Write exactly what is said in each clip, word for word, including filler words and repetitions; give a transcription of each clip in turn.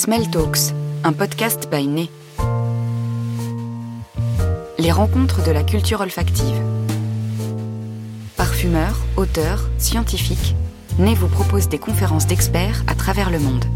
Smell Talks, un podcast by Né. Les rencontres de la culture olfactive. Parfumeurs, auteurs, scientifiques, Né vous propose des conférences d'experts à travers le monde.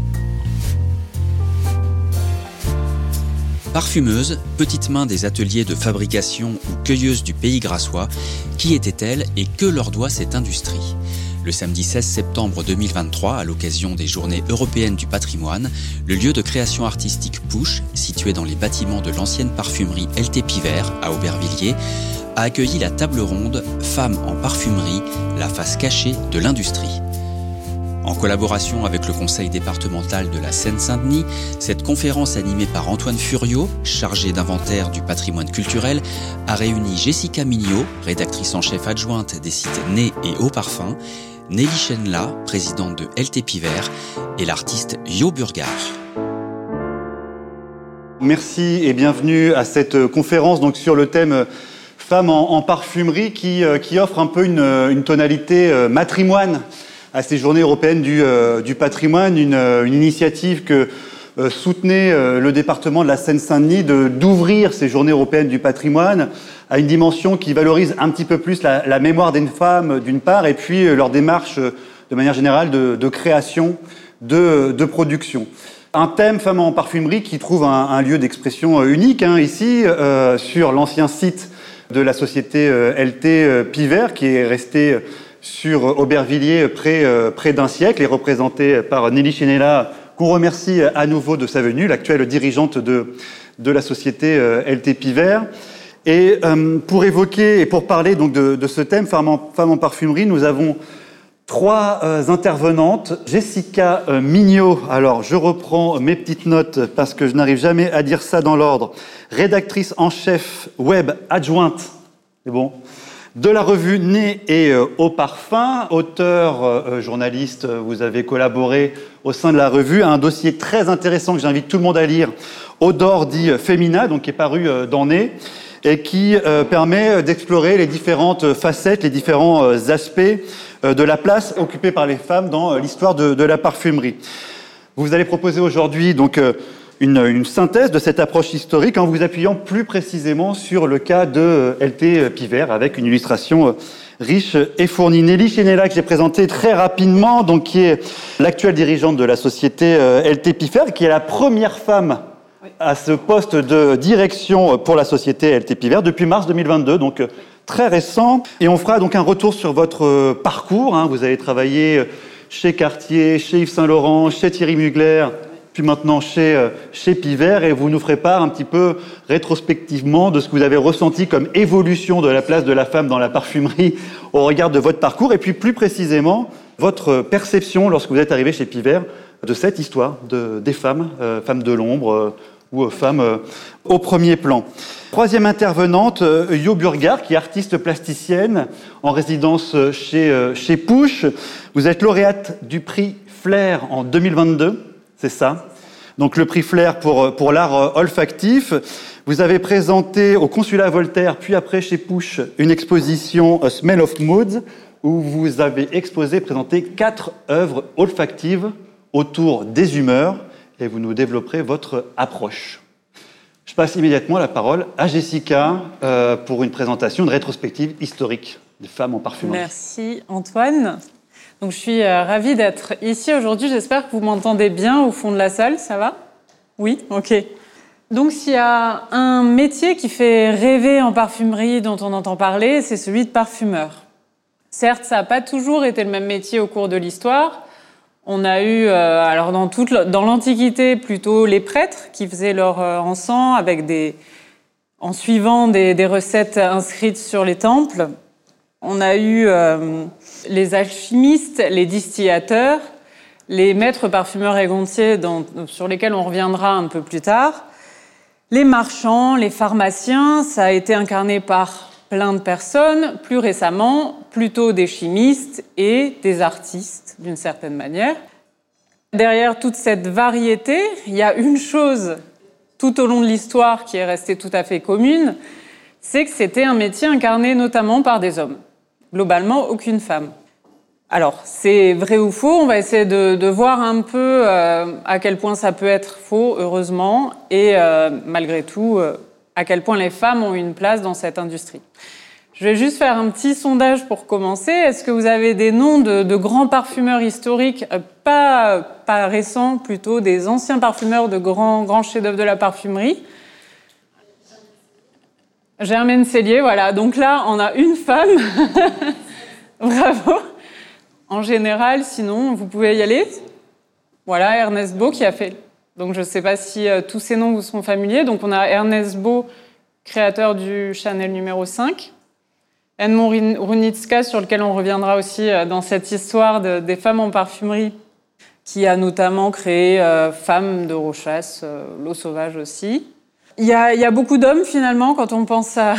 Parfumeuse, petite main des ateliers de fabrication ou cueilleuse du pays grassois, qui était-elle et que leur doit cette industrie ? Le samedi seize septembre deux mille vingt-trois, à l'occasion des Journées européennes du patrimoine, le lieu de création artistique Push, situé dans les bâtiments de l'ancienne parfumerie L T Pivert à Aubervilliers, a accueilli la table ronde « Femmes en parfumerie, la face cachée de l'industrie ». En collaboration avec le conseil départemental de la Seine-Saint-Denis, cette conférence animée par Antoine Furiot, chargé d'inventaire du patrimoine culturel, a réuni Jessica Mignot, rédactrice en chef adjointe des sites Né et Eau Parfum, Nelly Chenla, présidente de L T Pivert, et l'artiste Yo Burgard. Merci et bienvenue à cette conférence donc sur le thème Femmes en, en parfumerie qui, qui offre un peu une, une tonalité matrimoine à ces Journées européennes du, euh, du patrimoine, une, une initiative que euh, soutenait euh, le département de la Seine-Saint-Denis de, d'ouvrir ces Journées européennes du patrimoine à une dimension qui valorise un petit peu plus la, la mémoire des femmes d'une part et puis euh, leur démarche euh, de manière générale de, de création, de, de production. Un thème Femmes en parfumerie qui trouve un, un lieu d'expression unique hein, ici euh, sur l'ancien site de la société euh, L T Pivert qui est resté euh, sur Aubervilliers près, euh, près d'un siècle et représenté par Nelly Chenla, qu'on remercie à nouveau de sa venue, l'actuelle dirigeante de, de la société euh, L T Pivert. Et euh, pour évoquer et pour parler donc de, de ce thème, Femmes en, Femmes en parfumerie, nous avons trois euh, intervenantes. Jessica euh, Mignot, alors je reprends mes petites notes parce que je n'arrive jamais à dire ça dans l'ordre, rédactrice en chef web adjointe, c'est bon, de la revue Né et euh, Eau Parfum, auteur, euh, journaliste, vous avez collaboré au sein de la revue à un dossier très intéressant que j'invite tout le monde à lire, Odor dit Femina, donc qui est paru euh, dans Né, et qui euh, permet d'explorer les différentes facettes, les différents euh, aspects euh, de la place occupée par les femmes dans euh, l'histoire de, de la parfumerie. Vous allez proposer aujourd'hui donc euh, Une, une synthèse de cette approche historique en vous appuyant plus précisément sur le cas de L T Pivert avec une illustration riche et fournie. Nelly Chenla, que j'ai présentée très rapidement, donc qui est l'actuelle dirigeante de la société L T Pivert, qui est la première femme à ce poste de direction pour la société L T Pivert depuis mars deux mille vingt-deux, donc très récent. Et on fera donc un retour sur votre parcours. Hein. Vous avez travaillé chez Cartier, chez Yves Saint Laurent, chez Thierry Mugler, puis maintenant chez, chez Pivert, et vous nous ferez part un petit peu rétrospectivement de ce que vous avez ressenti comme évolution de la place de la femme dans la parfumerie au regard de votre parcours, et puis plus précisément, votre perception lorsque vous êtes arrivé chez Pivert de cette histoire de, des femmes, euh, femmes de l'ombre euh, ou euh, femmes euh, au premier plan. Troisième intervenante, euh, Yo Burgard, qui est artiste plasticienne en résidence chez, euh, chez Push. Vous êtes lauréate du prix Flair en deux mille vingt-deux. C'est ça. Donc le prix Flair pour, pour l'art olfactif. Vous avez présenté au Consulat Voltaire, puis après chez Push, une exposition Smell of Moods, où vous avez exposé, présenté quatre œuvres olfactives autour des humeurs, et vous nous développerez votre approche. Je passe immédiatement la parole à Jessica euh, pour une présentation, une rétrospective historique des femmes en parfumerie. Merci Antoine. Donc, je suis euh, ravie d'être ici aujourd'hui. J'espère que vous m'entendez bien au fond de la salle. Ça va ? Oui ? Ok. Donc, s'il y a un métier qui fait rêver en parfumerie dont on entend parler, c'est celui de parfumeur. Certes, ça n'a pas toujours été le même métier au cours de l'histoire. On a eu, euh, alors dans, toute, dans l'Antiquité, plutôt les prêtres qui faisaient leur euh, encens avec des, en suivant des, des recettes inscrites sur les temples. On a eu euh, les alchimistes, les distillateurs, les maîtres parfumeurs égonciers dont, sur lesquels on reviendra un peu plus tard, les marchands, les pharmaciens, ça a été incarné par plein de personnes, plus récemment, plutôt des chimistes et des artistes, d'une certaine manière. Derrière toute cette variété, il y a une chose tout au long de l'histoire qui est restée tout à fait commune, c'est que c'était un métier incarné notamment par des hommes. Globalement, aucune femme. Alors, c'est vrai ou faux? On va essayer de, de voir un peu euh, à quel point ça peut être faux, heureusement, et euh, malgré tout, euh, à quel point les femmes ont une place dans cette industrie. Je vais juste faire un petit sondage pour commencer. Est-ce que vous avez des noms de, de grands parfumeurs historiques, euh, pas, pas récents, plutôt des anciens parfumeurs de grands, grands chefs-d'œuvre de la parfumerie? Germaine Cellier, voilà. Donc là, on a une femme. Bravo. En général, sinon, vous pouvez y aller. Voilà, Ernest Beau qui a fait... Donc, je ne sais pas si euh, tous ces noms vous sont familiers. Donc, on a Ernest Beau, créateur du Chanel numéro cinq. Edmond Runitska, sur lequel on reviendra aussi euh, dans cette histoire de, des femmes en parfumerie, qui a notamment créé euh, Femmes de Rochas, euh, L'eau sauvage aussi. Il y a, il y a beaucoup d'hommes, finalement, quand on pense à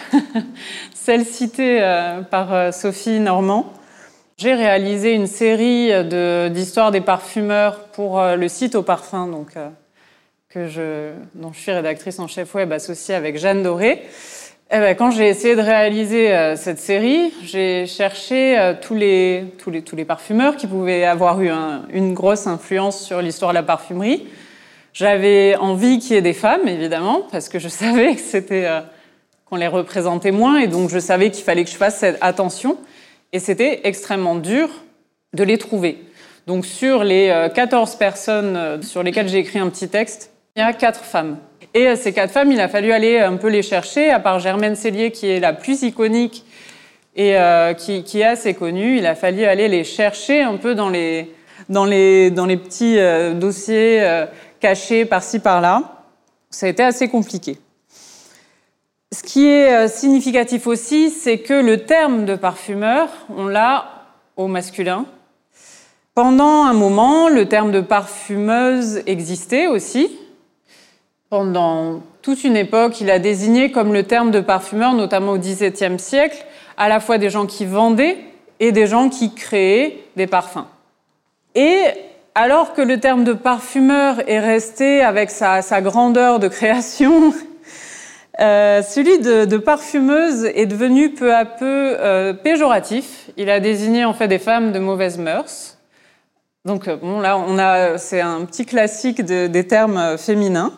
celle citée euh, par euh, Sophie Normand. J'ai réalisé une série de, d'histoires des parfumeurs pour euh, le site Au Parfum, donc, euh, que je, dont je suis rédactrice en chef web associée avec Jeanne Doré. Et ben, quand j'ai essayé de réaliser euh, cette série, j'ai cherché euh, tous, les, tous, les, tous les parfumeurs qui pouvaient avoir eu un, une grosse influence sur l'histoire de la parfumerie. J'avais envie qu'il y ait des femmes, évidemment, parce que je savais que c'était, euh, qu'on les représentait moins, et donc je savais qu'il fallait que je fasse cette attention. Et c'était extrêmement dur de les trouver. Donc sur les quatorze personnes sur lesquelles j'ai écrit un petit texte, il y a quatre femmes. Et ces quatre femmes, il a fallu aller un peu les chercher, à part Germaine Cellier, qui est la plus iconique et euh, qui, qui est assez connue. Il a fallu aller les chercher un peu dans les, dans les, dans les petits euh, dossiers euh, cachés par-ci, par-là. Ça a été assez compliqué. Ce qui est significatif aussi, c'est que le terme de parfumeur, on l'a au masculin. Pendant un moment, le terme de parfumeuse existait aussi. Pendant toute une époque, il a désigné comme le terme de parfumeur, notamment au dix-septième siècle, à la fois des gens qui vendaient et des gens qui créaient des parfums. Et alors que le terme de parfumeur est resté avec sa, sa grandeur de création... Euh, celui de, de parfumeuse est devenu peu à peu euh, péjoratif. Il a désigné en fait des femmes de mauvaises mœurs. Donc bon, là, on a, c'est un petit classique de, des termes féminins.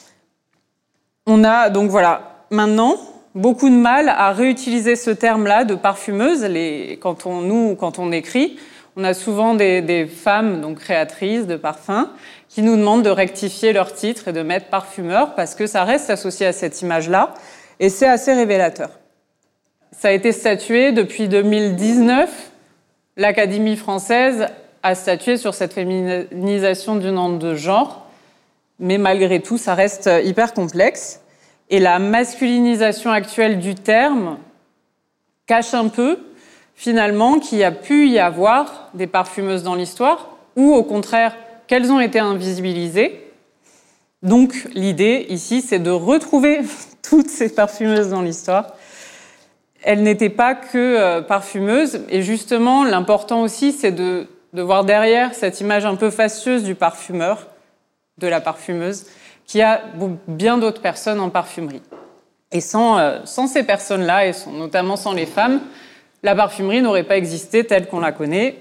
On a donc voilà, maintenant beaucoup de mal à réutiliser ce terme-là de parfumeuse. Les, quand on, nous, quand on écrit, on a souvent des, des femmes donc créatrices de parfums qui nous demandent de rectifier leur titre et de mettre parfumeur parce que ça reste associé à cette image-là et c'est assez révélateur. Ça a été statué depuis deux mille dix-neuf. L'Académie française a statué sur cette féminisation du nom de genre, mais malgré tout, ça reste hyper complexe. Et la masculinisation actuelle du terme cache un peu, finalement, qu'il y a pu y avoir des parfumeuses dans l'histoire, ou au contraire, qu'elles ont été invisibilisées. Donc, l'idée, ici, c'est de retrouver toutes ces parfumeuses dans l'histoire. Elles n'étaient pas que euh, parfumeuses, et justement, l'important aussi, c'est de, de voir derrière cette image un peu facieuse du parfumeur, de la parfumeuse, qu'il y a bien d'autres personnes en parfumerie. Et sans, euh, sans ces personnes-là, et sans, notamment sans les femmes, la parfumerie n'aurait pas existé telle qu'on la connaît.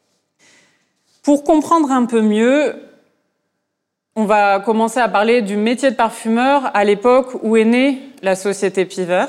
Pour comprendre un peu mieux, on va commencer à parler du métier de parfumeur à l'époque où est née la société Piver.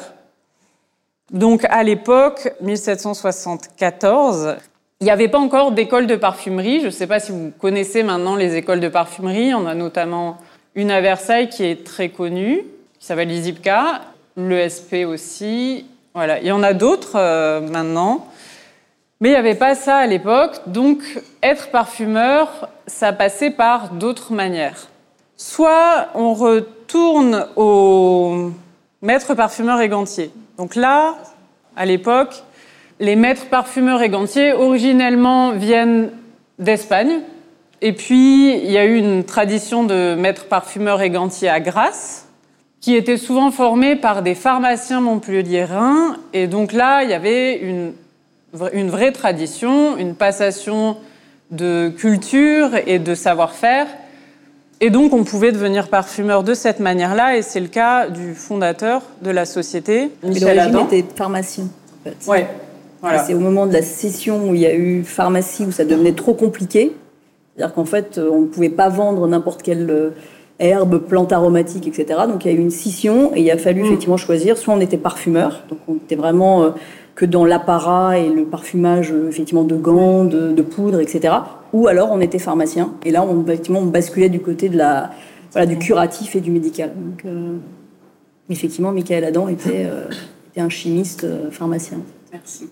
Donc à l'époque, mille sept cent soixante-quatorze, il n'y avait pas encore d'école de parfumerie. Je ne sais pas si vous connaissez maintenant les écoles de parfumerie. On a notamment une à Versailles qui est très connue, qui s'appelle l'I S I P C A, l'E S P aussi. Voilà, il y en a d'autres euh, maintenant. Mais il n'y avait pas ça à l'époque, donc être parfumeur, ça passait par d'autres manières. Soit on retourne au maître parfumeur et gantier. Donc là, à l'époque, les maîtres parfumeurs et gantiers, originellement, viennent d'Espagne. Et puis, il y a eu une tradition de maîtres parfumeurs et gantiers à Grasse, qui était souvent formés par des pharmaciens montpelliérains. Et donc là, il y avait une... une vraie tradition, une passation de culture et de savoir-faire. Et donc, on pouvait devenir parfumeur de cette manière-là, et c'est le cas du fondateur de la société, Michel Adam. L'origine était pharmacien, en fait. Ouais. Voilà. C'est au moment de la scission où il y a eu pharmacie, où ça devenait trop compliqué. C'est-à-dire qu'en fait, on ne pouvait pas vendre n'importe quelle herbe, plante aromatique, et cetera. Donc il y a eu une scission et il a fallu mmh. effectivement choisir. Soit on était parfumeur, donc on était vraiment euh, que dans l'apparat et le parfumage euh, effectivement de gants, de, de poudre, et cetera. Ou alors on était pharmacien. Et là, on, effectivement, on basculait du côté de la, voilà, du curatif et du médical. Donc euh, effectivement, Michael Adam était, euh, était un chimiste euh, pharmacien. Merci.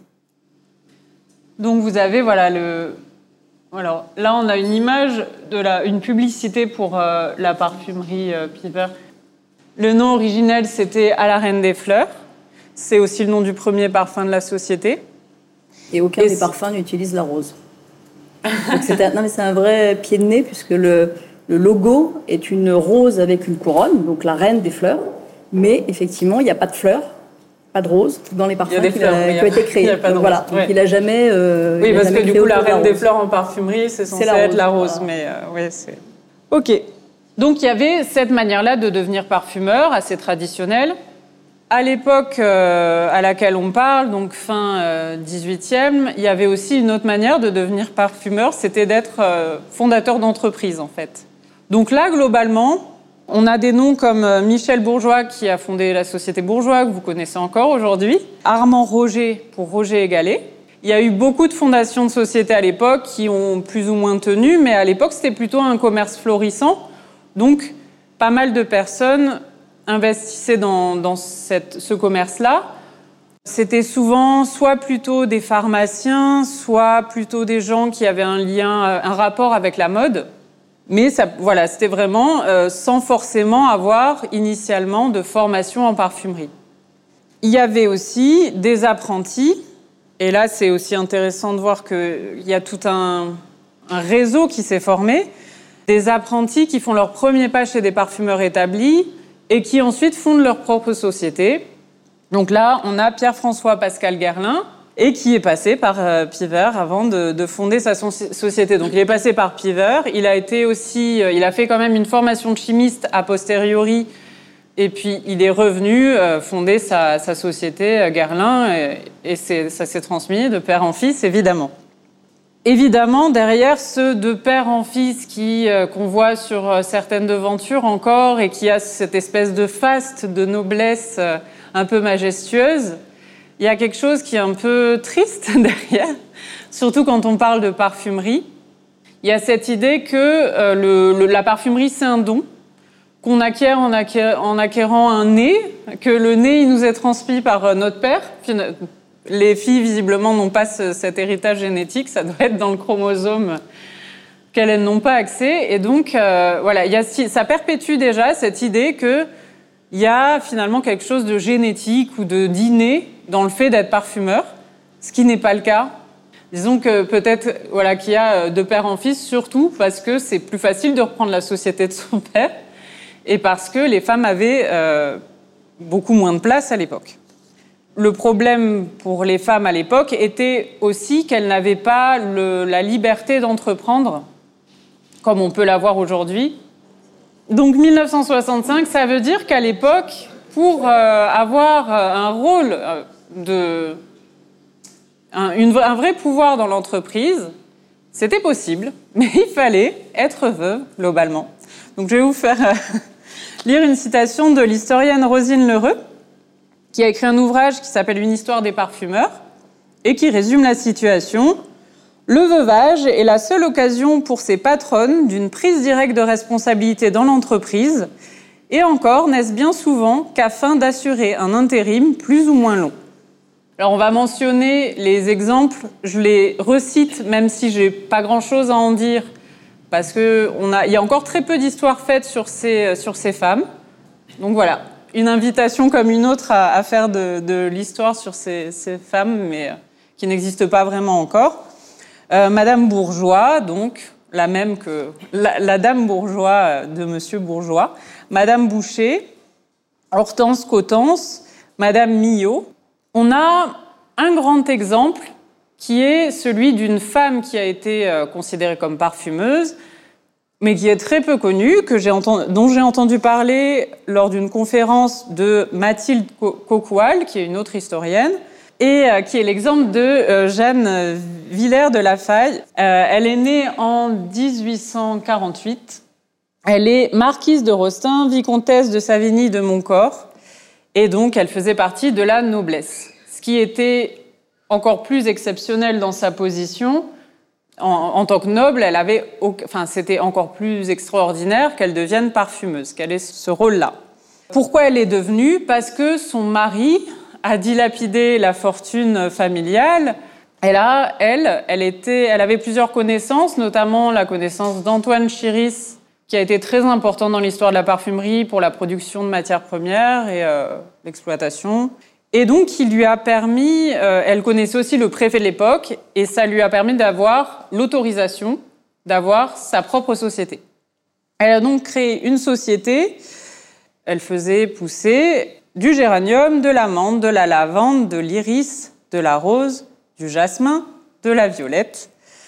Donc vous avez voilà le alors là on a une image de la une publicité pour euh, la parfumerie euh, Piver. Le nom originel c'était À la reine des fleurs. C'est aussi le nom du premier parfum de la société. Et aucun Et des c'est... parfums n'utilise la rose. Donc c'est un, non mais c'est un vrai pied de nez puisque le le logo est une rose avec une couronne, donc la reine des fleurs. Mais effectivement il n'y a pas de fleurs. Pas de rose dans les parfums qui ont été créés. Donc, voilà. Donc, ouais. Il n'a jamais. Euh, oui, parce que du coup, la reine des fleurs en parfumerie, c'est censé c'est la être la rose. Voilà. Mais euh, ouais, c'est. Ok. Donc il y avait cette manière-là de devenir parfumeur, assez traditionnelle. À l'époque euh, à laquelle on parle, donc fin euh, dix-huitième, il y avait aussi une autre manière de devenir parfumeur, c'était d'être euh, fondateur d'entreprise, en fait. Donc là, globalement. On a des noms comme Michel Bourgeois, qui a fondé la société Bourgeois, que vous connaissez encore aujourd'hui. Armand Roger, pour Roger et Gallet. Il y a eu beaucoup de fondations de sociétés à l'époque qui ont plus ou moins tenu, mais à l'époque, c'était plutôt un commerce florissant. Donc, pas mal de personnes investissaient dans, dans cette, ce commerce-là. C'était souvent soit plutôt des pharmaciens, soit plutôt des gens qui avaient un lien, un rapport avec la mode. Mais ça, voilà, c'était vraiment euh, sans forcément avoir initialement de formation en parfumerie. Il y avait aussi des apprentis, et là c'est aussi intéressant de voir qu'il y a tout un, un réseau qui s'est formé, des apprentis qui font leur premier pas chez des parfumeurs établis et qui ensuite fondent leur propre société. Donc là, on a Pierre-François Pascal Guerlain, et qui est passé par euh, Piver avant de, de fonder sa son- société. Donc il est passé par Piver, il a été aussi, euh, il a fait quand même une formation de chimiste a posteriori, et puis il est revenu euh, fonder sa, sa société euh, Guerlain, et, et c'est, ça s'est transmis de père en fils, évidemment. Évidemment, derrière ce de père en fils qui, euh, qu'on voit sur euh, certaines devantures encore, et qui a cette espèce de faste, de noblesse euh, un peu majestueuse, il y a quelque chose qui est un peu triste derrière, surtout quand on parle de parfumerie. Il y a cette idée que euh, le, le, la parfumerie, c'est un don, qu'on acquiert en, acquiert en acquérant un nez, que le nez, il nous est transmis par euh, notre père. Les filles, visiblement, n'ont pas ce, cet héritage génétique, ça doit être dans le chromosome qu'elles elles n'ont pas accès. Et donc, euh, voilà, il y a, ça perpétue déjà cette idée que il y a finalement quelque chose de génétique ou de d'inné dans le fait d'être parfumeur, ce qui n'est pas le cas. Disons que peut-être voilà, qu'il y a de père en fils, surtout parce que c'est plus facile de reprendre la société de son père et parce que les femmes avaient euh, beaucoup moins de place à l'époque. Le problème pour les femmes à l'époque était aussi qu'elles n'avaient pas le, la liberté d'entreprendre, comme on peut l'avoir aujourd'hui. Donc mille neuf cent soixante-cinq, ça veut dire qu'à l'époque, pour euh, avoir un rôle euh, de... Un, une, un vrai pouvoir dans l'entreprise, c'était possible, mais il fallait être veuve, globalement. Donc je vais vous faire euh, lire une citation de l'historienne Rosine Lheureux, qui a écrit un ouvrage qui s'appelle « Une histoire des parfumeurs » et qui résume la situation. Le veuvage est la seule occasion pour ces patronnes d'une prise directe de responsabilité dans l'entreprise, et encore n'est-ce bien souvent qu'afin d'assurer un intérim plus ou moins long. Alors on va mentionner les exemples, je les recite même si j'ai pas grand-chose à en dire, parce que on a, il y a encore très peu d'histoires faites sur ces, sur ces femmes. Donc voilà, une invitation comme une autre à, à faire de, de l'histoire sur ces, ces femmes, mais qui n'existent pas vraiment encore. Euh, Madame Bourgeois, donc la même que la, la Dame Bourgeois de Monsieur Bourgeois, Madame Boucher, Hortense Cotence, Madame Millot. On a un grand exemple qui est celui d'une femme qui a été euh, considérée comme parfumeuse, mais qui est très peu connue, que j'ai entendu, dont j'ai entendu parler lors d'une conférence de Mathilde Cocoual, qui est une autre historienne, et euh, qui est l'exemple de euh, Jeanne Villers de La Faye. Euh, elle est née en dix-huit cent quarante-huit. Elle est marquise de Rostin, vicomtesse de Savigny de Montcor, et donc elle faisait partie de la noblesse. Ce qui était encore plus exceptionnel dans sa position, en, en tant que noble, elle avait, enfin, c'était encore plus extraordinaire qu'elle devienne parfumeuse, qu'elle ait ce rôle-là. Pourquoi elle est devenue ? Parce que son mari a dilapidé la fortune familiale. Elle a, elle, elle était, elle avait plusieurs connaissances, notamment la connaissance d'Antoine Chiris, qui a été très important dans l'histoire de la parfumerie pour la production de matières premières et euh, l'exploitation. Et donc, il lui a permis, euh, elle connaissait aussi le préfet de l'époque, et ça lui a permis d'avoir l'autorisation d'avoir sa propre société. Elle a donc créé une société. Elle faisait pousser du géranium, de la menthe, de la lavande, de l'iris, de la rose, du jasmin, de la violette.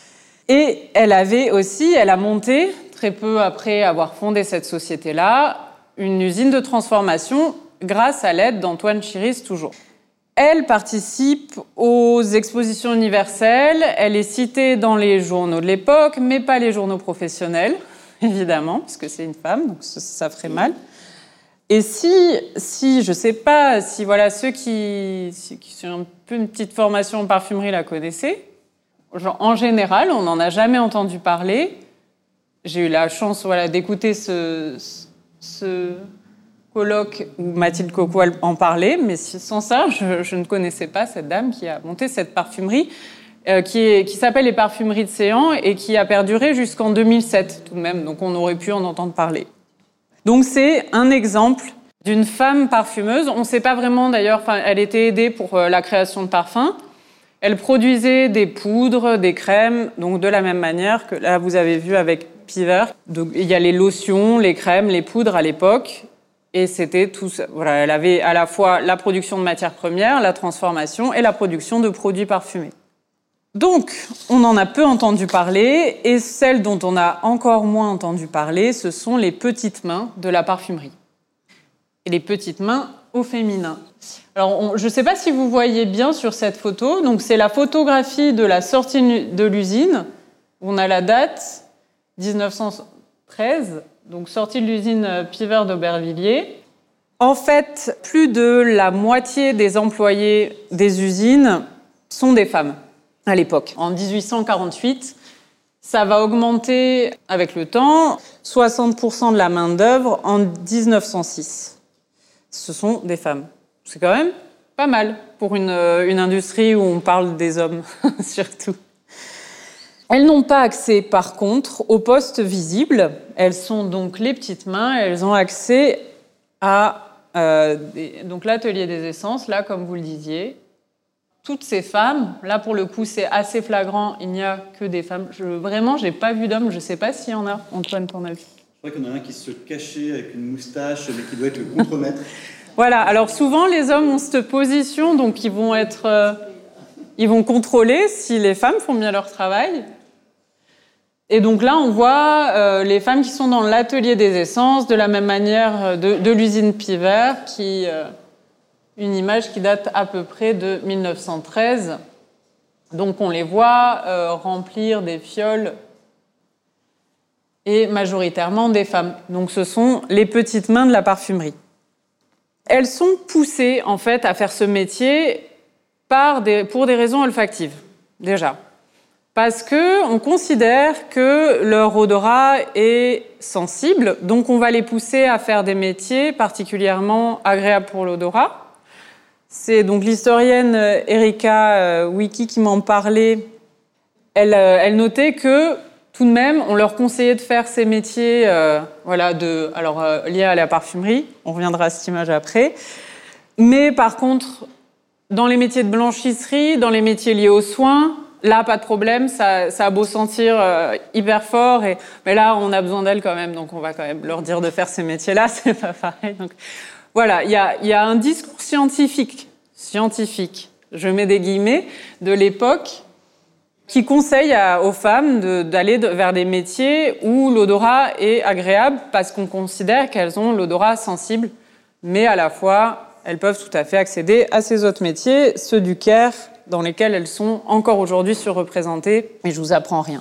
Et elle avait aussi, elle a monté, très peu après avoir fondé cette société-là, une usine de transformation grâce à l'aide d'Antoine Chiris toujours. Elle participe aux expositions universelles, elle est citée dans les journaux de l'époque, mais pas les journaux professionnels, évidemment, parce que c'est une femme, donc ça ferait mal. Et si, si je ne sais pas, si voilà, ceux qui, qui ont un peu une petite formation en parfumerie la connaissaient, genre, en général, on n'en a jamais entendu parler. J'ai eu la chance voilà, d'écouter ce, ce colloque où Mathilde Cocou en parlait, mais sans ça, je, je ne connaissais pas cette dame qui a monté cette parfumerie, euh, qui, est, qui s'appelle les Parfumeries de Séan et qui a perduré jusqu'en deux mille sept tout de même, donc on aurait pu en entendre parler. Donc c'est un exemple d'une femme parfumeuse. On ne sait pas vraiment d'ailleurs, elle était aidée pour la création de parfums. Elle produisait des poudres, des crèmes, donc de la même manière que là vous avez vu avec Piver. Donc, il y a les lotions, les crèmes, les poudres à l'époque. Et c'était tout ça. Voilà, elle avait à la fois la production de matières premières, la transformation et la production de produits parfumés. Donc, on en a peu entendu parler, et celles dont on a encore moins entendu parler, ce sont les petites mains de la parfumerie. Et les petites mains au féminin. Alors, on, je ne sais pas si vous voyez bien sur cette photo, donc c'est la photographie de la sortie de l'usine. On a la date dix-neuf cent treize, donc sortie de l'usine Piver d'Aubervilliers. En fait, plus de la moitié des employés des usines sont des femmes. À l'époque. En dix-huit cent quarante-huit, ça va augmenter avec le temps, soixante pour cent de la main-d'œuvre en dix-neuf cent six. Ce sont des femmes. C'est quand même pas mal pour une, une industrie où on parle des hommes, surtout. Elles n'ont pas accès, par contre, aux postes visibles. Elles sont donc les petites mains, elles ont accès à euh, des, donc l'atelier des essences, là, comme vous le disiez. Toutes ces femmes, là pour le coup c'est assez flagrant, il n'y a que des femmes. Je, vraiment, je n'ai pas vu d'hommes, je ne sais pas s'il y en a. Antoine, t'en as vu ? Je crois qu'il y en a un qui se cachait avec une moustache, mais qui doit être le contremaître. Voilà, alors souvent les hommes ont cette position, donc ils vont être, euh, ils vont contrôler si les femmes font bien leur travail. Et donc là, on voit euh, les femmes qui sont dans l'atelier des essences, de la même manière de, de l'usine Piver, qui... Euh, une image qui date à peu près de mille neuf cent treize. Donc on les voit euh, remplir des fioles et majoritairement des femmes. Donc ce sont les petites mains de la parfumerie. Elles sont poussées en fait à faire ce métier par des, pour des raisons olfactives, déjà. Parce qu'on considère que leur odorat est sensible, donc on va les pousser à faire des métiers particulièrement agréables pour l'odorat. C'est donc l'historienne Erika Wiki qui m'en parlait. Elle, elle notait que, tout de même, on leur conseillait de faire ces métiers euh, voilà, de, alors, euh, liés à la parfumerie. On reviendra à cette image après. Mais par contre, dans les métiers de blanchisserie, dans les métiers liés aux soins, là, pas de problème, ça, ça a beau sentir euh, hyper fort. Et, mais là, on a besoin d'elles quand même, donc on va quand même leur dire de faire ces métiers-là. C'est pas pareil. Donc, voilà, il y a, y a un discours scientifique, scientifique, je mets des guillemets, de l'époque qui conseille à, aux femmes de, d'aller de, vers des métiers où l'odorat est agréable parce qu'on considère qu'elles ont l'odorat sensible, mais à la fois elles peuvent tout à fait accéder à ces autres métiers, ceux du care, dans lesquels elles sont encore aujourd'hui surreprésentées, mais je vous apprends rien.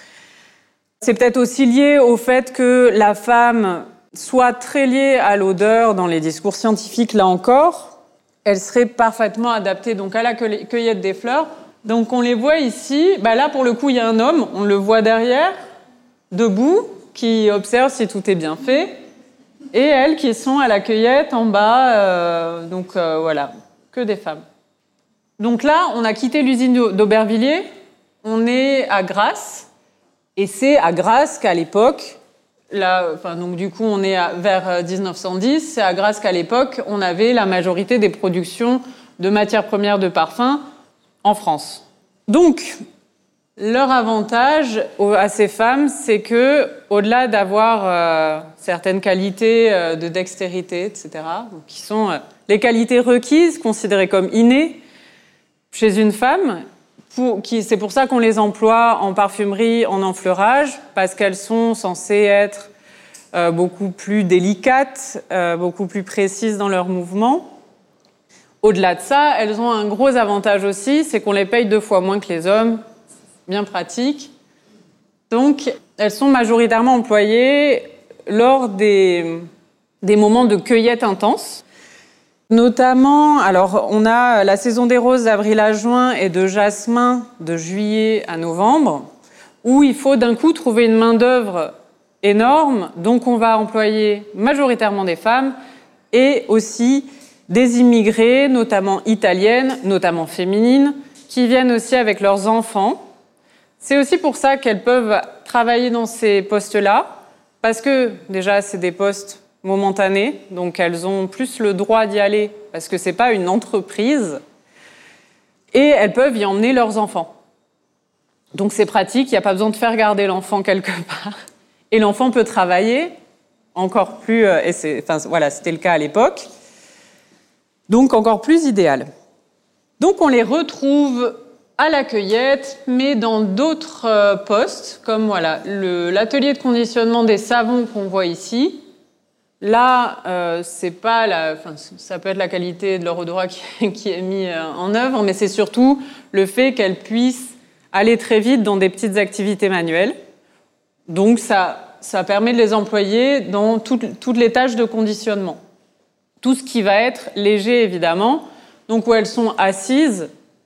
C'est peut-être aussi lié au fait que la femme soit très liée à l'odeur dans les discours scientifiques, là encore. Elle serait parfaitement adaptée donc à la cueillette des fleurs. Donc on les voit ici, bah là pour le coup il y a un homme, on le voit derrière, debout, qui observe si tout est bien fait, et elles qui sont à la cueillette en bas, euh, donc euh, voilà, que des femmes. Donc là, on a quitté l'usine d'Aubervilliers, on est à Grasse, et c'est à Grasse qu'à l'époque, là, enfin, donc du coup on est à, vers dix-neuf cent dix, c'est à Grasse qu'à l'époque on avait la majorité des productions de matières premières de parfum en France. Donc, leur avantage à ces femmes, c'est que, au-delà d'avoir euh, certaines qualités euh, de dextérité, et cetera, donc qui sont euh, les qualités requises, considérées comme innées chez une femme, pour, qui, c'est pour ça qu'on les emploie en parfumerie, en enfleurage, parce qu'elles sont censées être euh, beaucoup plus délicates, euh, beaucoup plus précises dans leurs mouvements. Au-delà de ça, elles ont un gros avantage aussi, c'est qu'on les paye deux fois moins que les hommes, bien pratique. Donc, elles sont majoritairement employées lors des, des moments de cueillette intense. Notamment, alors, on a la saison des roses d'avril à juin et de jasmin de juillet à novembre, où il faut d'un coup trouver une main-d'œuvre énorme, donc on va employer majoritairement des femmes et aussi des immigrées, notamment italiennes, notamment féminines, qui viennent aussi avec leurs enfants. C'est aussi pour ça qu'elles peuvent travailler dans ces postes-là, parce que déjà, c'est des postes momentanés, donc elles ont plus le droit d'y aller, parce que ce n'est pas une entreprise, et elles peuvent y emmener leurs enfants. Donc c'est pratique, il n'y a pas besoin de faire garder l'enfant quelque part, et l'enfant peut travailler encore plus, et c'est, enfin, voilà, c'était le cas à l'époque, donc encore plus idéal. Donc on les retrouve à la cueillette, mais dans d'autres euh, postes, comme voilà, le, l'atelier de conditionnement des savons qu'on voit ici. Là, euh, c'est pas la, enfin, ça peut être la qualité de leur odorat qui, qui est mis euh, en œuvre, mais c'est surtout le fait qu'elles puissent aller très vite dans des petites activités manuelles. Donc ça, ça permet de les employer dans toutes, toutes les tâches de conditionnement. Tout ce qui va être léger, évidemment, donc où elles sont assises,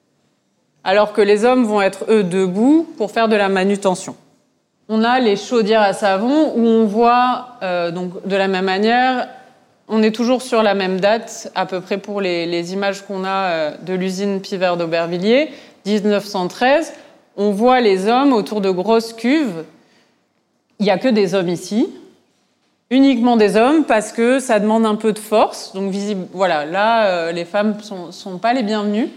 alors que les hommes vont être, eux, debout pour faire de la manutention. On a les chaudières à savon où on voit, euh, donc, de la même manière, on est toujours sur la même date, à peu près pour les, les images qu'on a euh, de l'usine Pivert d'Aubervilliers, dix-neuf cent treize. On voit les hommes autour de grosses cuves. Il n'y a que des hommes ici, uniquement des hommes, parce que ça demande un peu de force. Donc, visible, voilà, là, euh, les femmes ne sont, sont pas les bienvenues.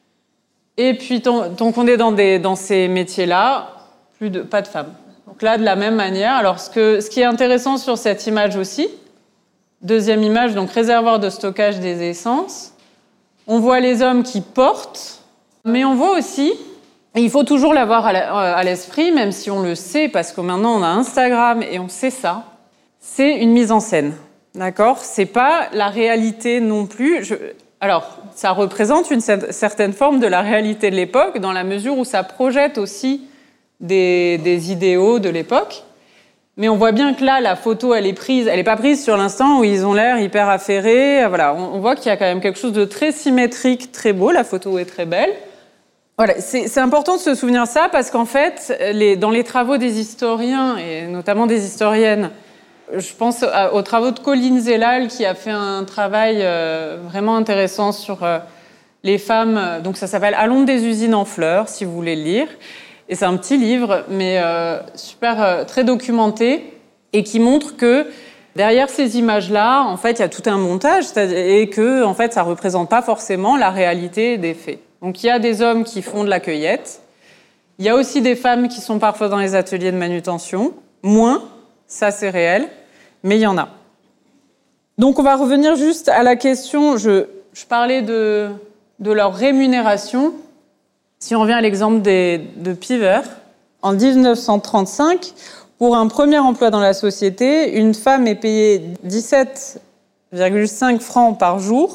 Et puis, tant, tant qu'on est dans, des, dans ces métiers-là, plus de, pas de femmes. Donc là, de la même manière. Alors, ce, que, ce qui est intéressant sur cette image aussi, deuxième image, donc réservoir de stockage des essences, on voit les hommes qui portent, mais on voit aussi, et il faut toujours l'avoir à l'esprit, même si on le sait, parce que maintenant on a Instagram et on sait ça, c'est une mise en scène, d'accord ? C'est pas la réalité non plus. Je, alors, ça représente une certaine forme de la réalité de l'époque, dans la mesure où ça projette aussi des, des idéaux de l'époque. Mais on voit bien que là, la photo, elle est prise, elle n'est pas prise sur l'instant où ils ont l'air hyper affairés. Voilà, on, on voit qu'il y a quand même quelque chose de très symétrique, très beau. La photo est très belle. Voilà, c'est, c'est important de se souvenir de ça parce qu'en fait, les, dans les travaux des historiens, et notamment des historiennes, je pense à, aux travaux de Colline Zellal qui a fait un travail euh, vraiment intéressant sur euh, les femmes. Donc ça s'appelle « À l'ombre des usines en fleurs », si vous voulez le lire. Et c'est un petit livre, mais euh, super, euh, très documenté, et qui montre que derrière ces images-là, en fait, il y a tout un montage, et que, en fait, ça ne représente pas forcément la réalité des faits. Donc, il y a des hommes qui font de la cueillette. Il y a aussi des femmes qui sont parfois dans les ateliers de manutention. Moins, ça c'est réel, mais il y en a. Donc, on va revenir juste à la question, je, je parlais de, de leur rémunération. Si on revient à l'exemple des, de Pivert, en dix-neuf cent trente-cinq, pour un premier emploi dans la société, une femme est payée dix-sept virgule cinq francs par jour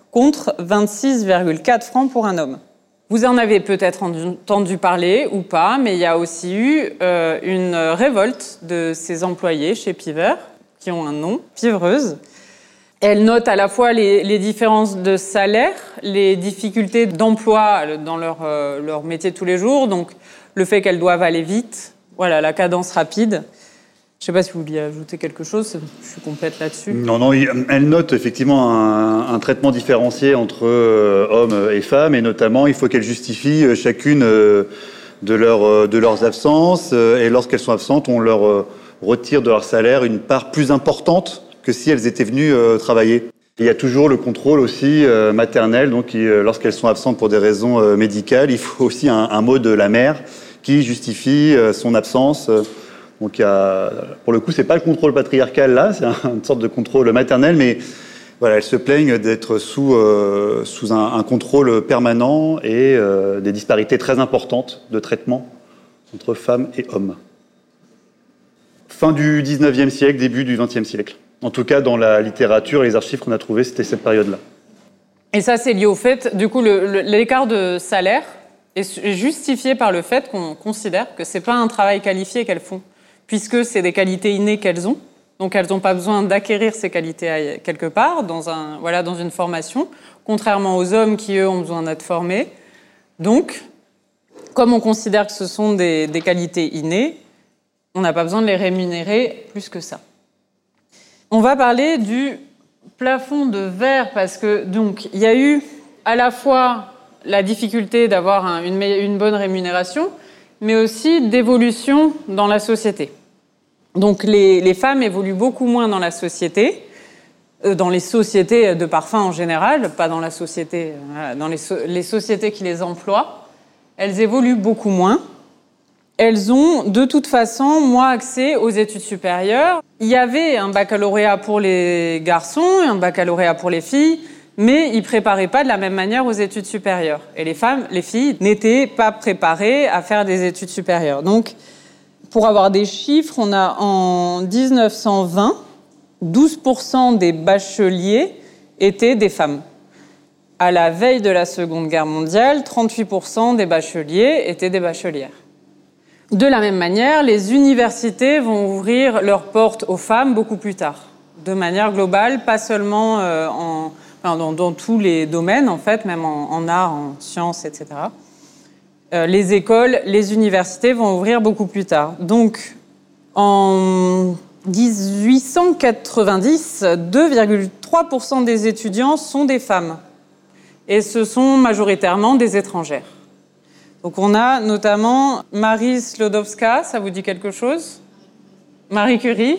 contre vingt-six virgule quatre francs pour un homme. Vous en avez peut-être entendu parler ou pas, mais il y a aussi eu euh, une révolte de ces employés chez Piver, qui ont un nom, Pivreuse. Elle note à la fois les, les différences de salaire, les difficultés d'emploi dans leur, euh, leur métier de tous les jours, donc le fait qu'elles doivent aller vite, voilà, la cadence rapide. Je ne sais pas si vous vouliez ajouter quelque chose, je suis complète là-dessus. Non, non, elle note effectivement un, un traitement différencié entre euh, hommes et femmes, et notamment il faut qu'elles justifient chacune euh, de, leur, de leurs absences, euh, et lorsqu'elles sont absentes, on leur euh, retire de leur salaire une part plus importante que si elles étaient venues euh, travailler. Et il y a toujours le contrôle aussi euh, maternel, donc qui, euh, lorsqu'elles sont absentes pour des raisons euh, médicales, il faut aussi un, un mot de la mère qui justifie euh, son absence. Euh, Donc, il y a, pour le coup, c'est pas le contrôle patriarcal là, c'est une sorte de contrôle maternel, mais voilà, elles se plaignent d'être sous, euh, sous un, un contrôle permanent et euh, des disparités très importantes de traitement entre femmes et hommes. Fin du dix-neuvième siècle, début du vingtième siècle. En tout cas, dans la littérature et les archives qu'on a trouvées, c'était cette période-là. Et ça, c'est lié au fait, du coup, le, le, l'écart de salaire est justifié par le fait qu'on considère que c'est pas un travail qualifié qu'elles font, puisque c'est des qualités innées qu'elles ont. Donc, elles n'ont pas besoin d'acquérir ces qualités quelque part, dans, un, voilà, dans une formation, contrairement aux hommes qui, eux, ont besoin d'être formés. Donc, comme on considère que ce sont des, des qualités innées, on n'a pas besoin de les rémunérer plus que ça. On va parler du plafond de verre, parce que, donc, il y a eu à la fois la difficulté d'avoir un, une, une bonne rémunération, mais aussi d'évolution dans la société. Donc les, les femmes évoluent beaucoup moins dans la société, euh, dans les sociétés de parfum en général, pas dans la société, euh, dans les, so- les sociétés qui les emploient. Elles évoluent beaucoup moins. Elles ont de toute façon moins accès aux études supérieures. Il y avait un baccalauréat pour les garçons et un baccalauréat pour les filles, mais ils ne préparaient pas de la même manière aux études supérieures. Et les femmes, les filles, n'étaient pas préparées à faire des études supérieures. Donc, pour avoir des chiffres, on a en dix-neuf cent vingt, douze pour cent des bacheliers étaient des femmes. À la veille de la Seconde Guerre mondiale, trente-huit pour cent des bacheliers étaient des bachelières. De la même manière, les universités vont ouvrir leurs portes aux femmes beaucoup plus tard, de manière globale, pas seulement euh, en, enfin, dans, dans tous les domaines, en fait, même en, en art, en sciences, et cetera. Euh, les écoles, les universités vont ouvrir beaucoup plus tard. Donc, en dix-huit cent quatre-vingt-dix, deux virgule trois pour cent des étudiants sont des femmes. Et ce sont majoritairement des étrangères. Donc on a notamment Marie Sklodowska, ça vous dit quelque chose ? Marie Curie.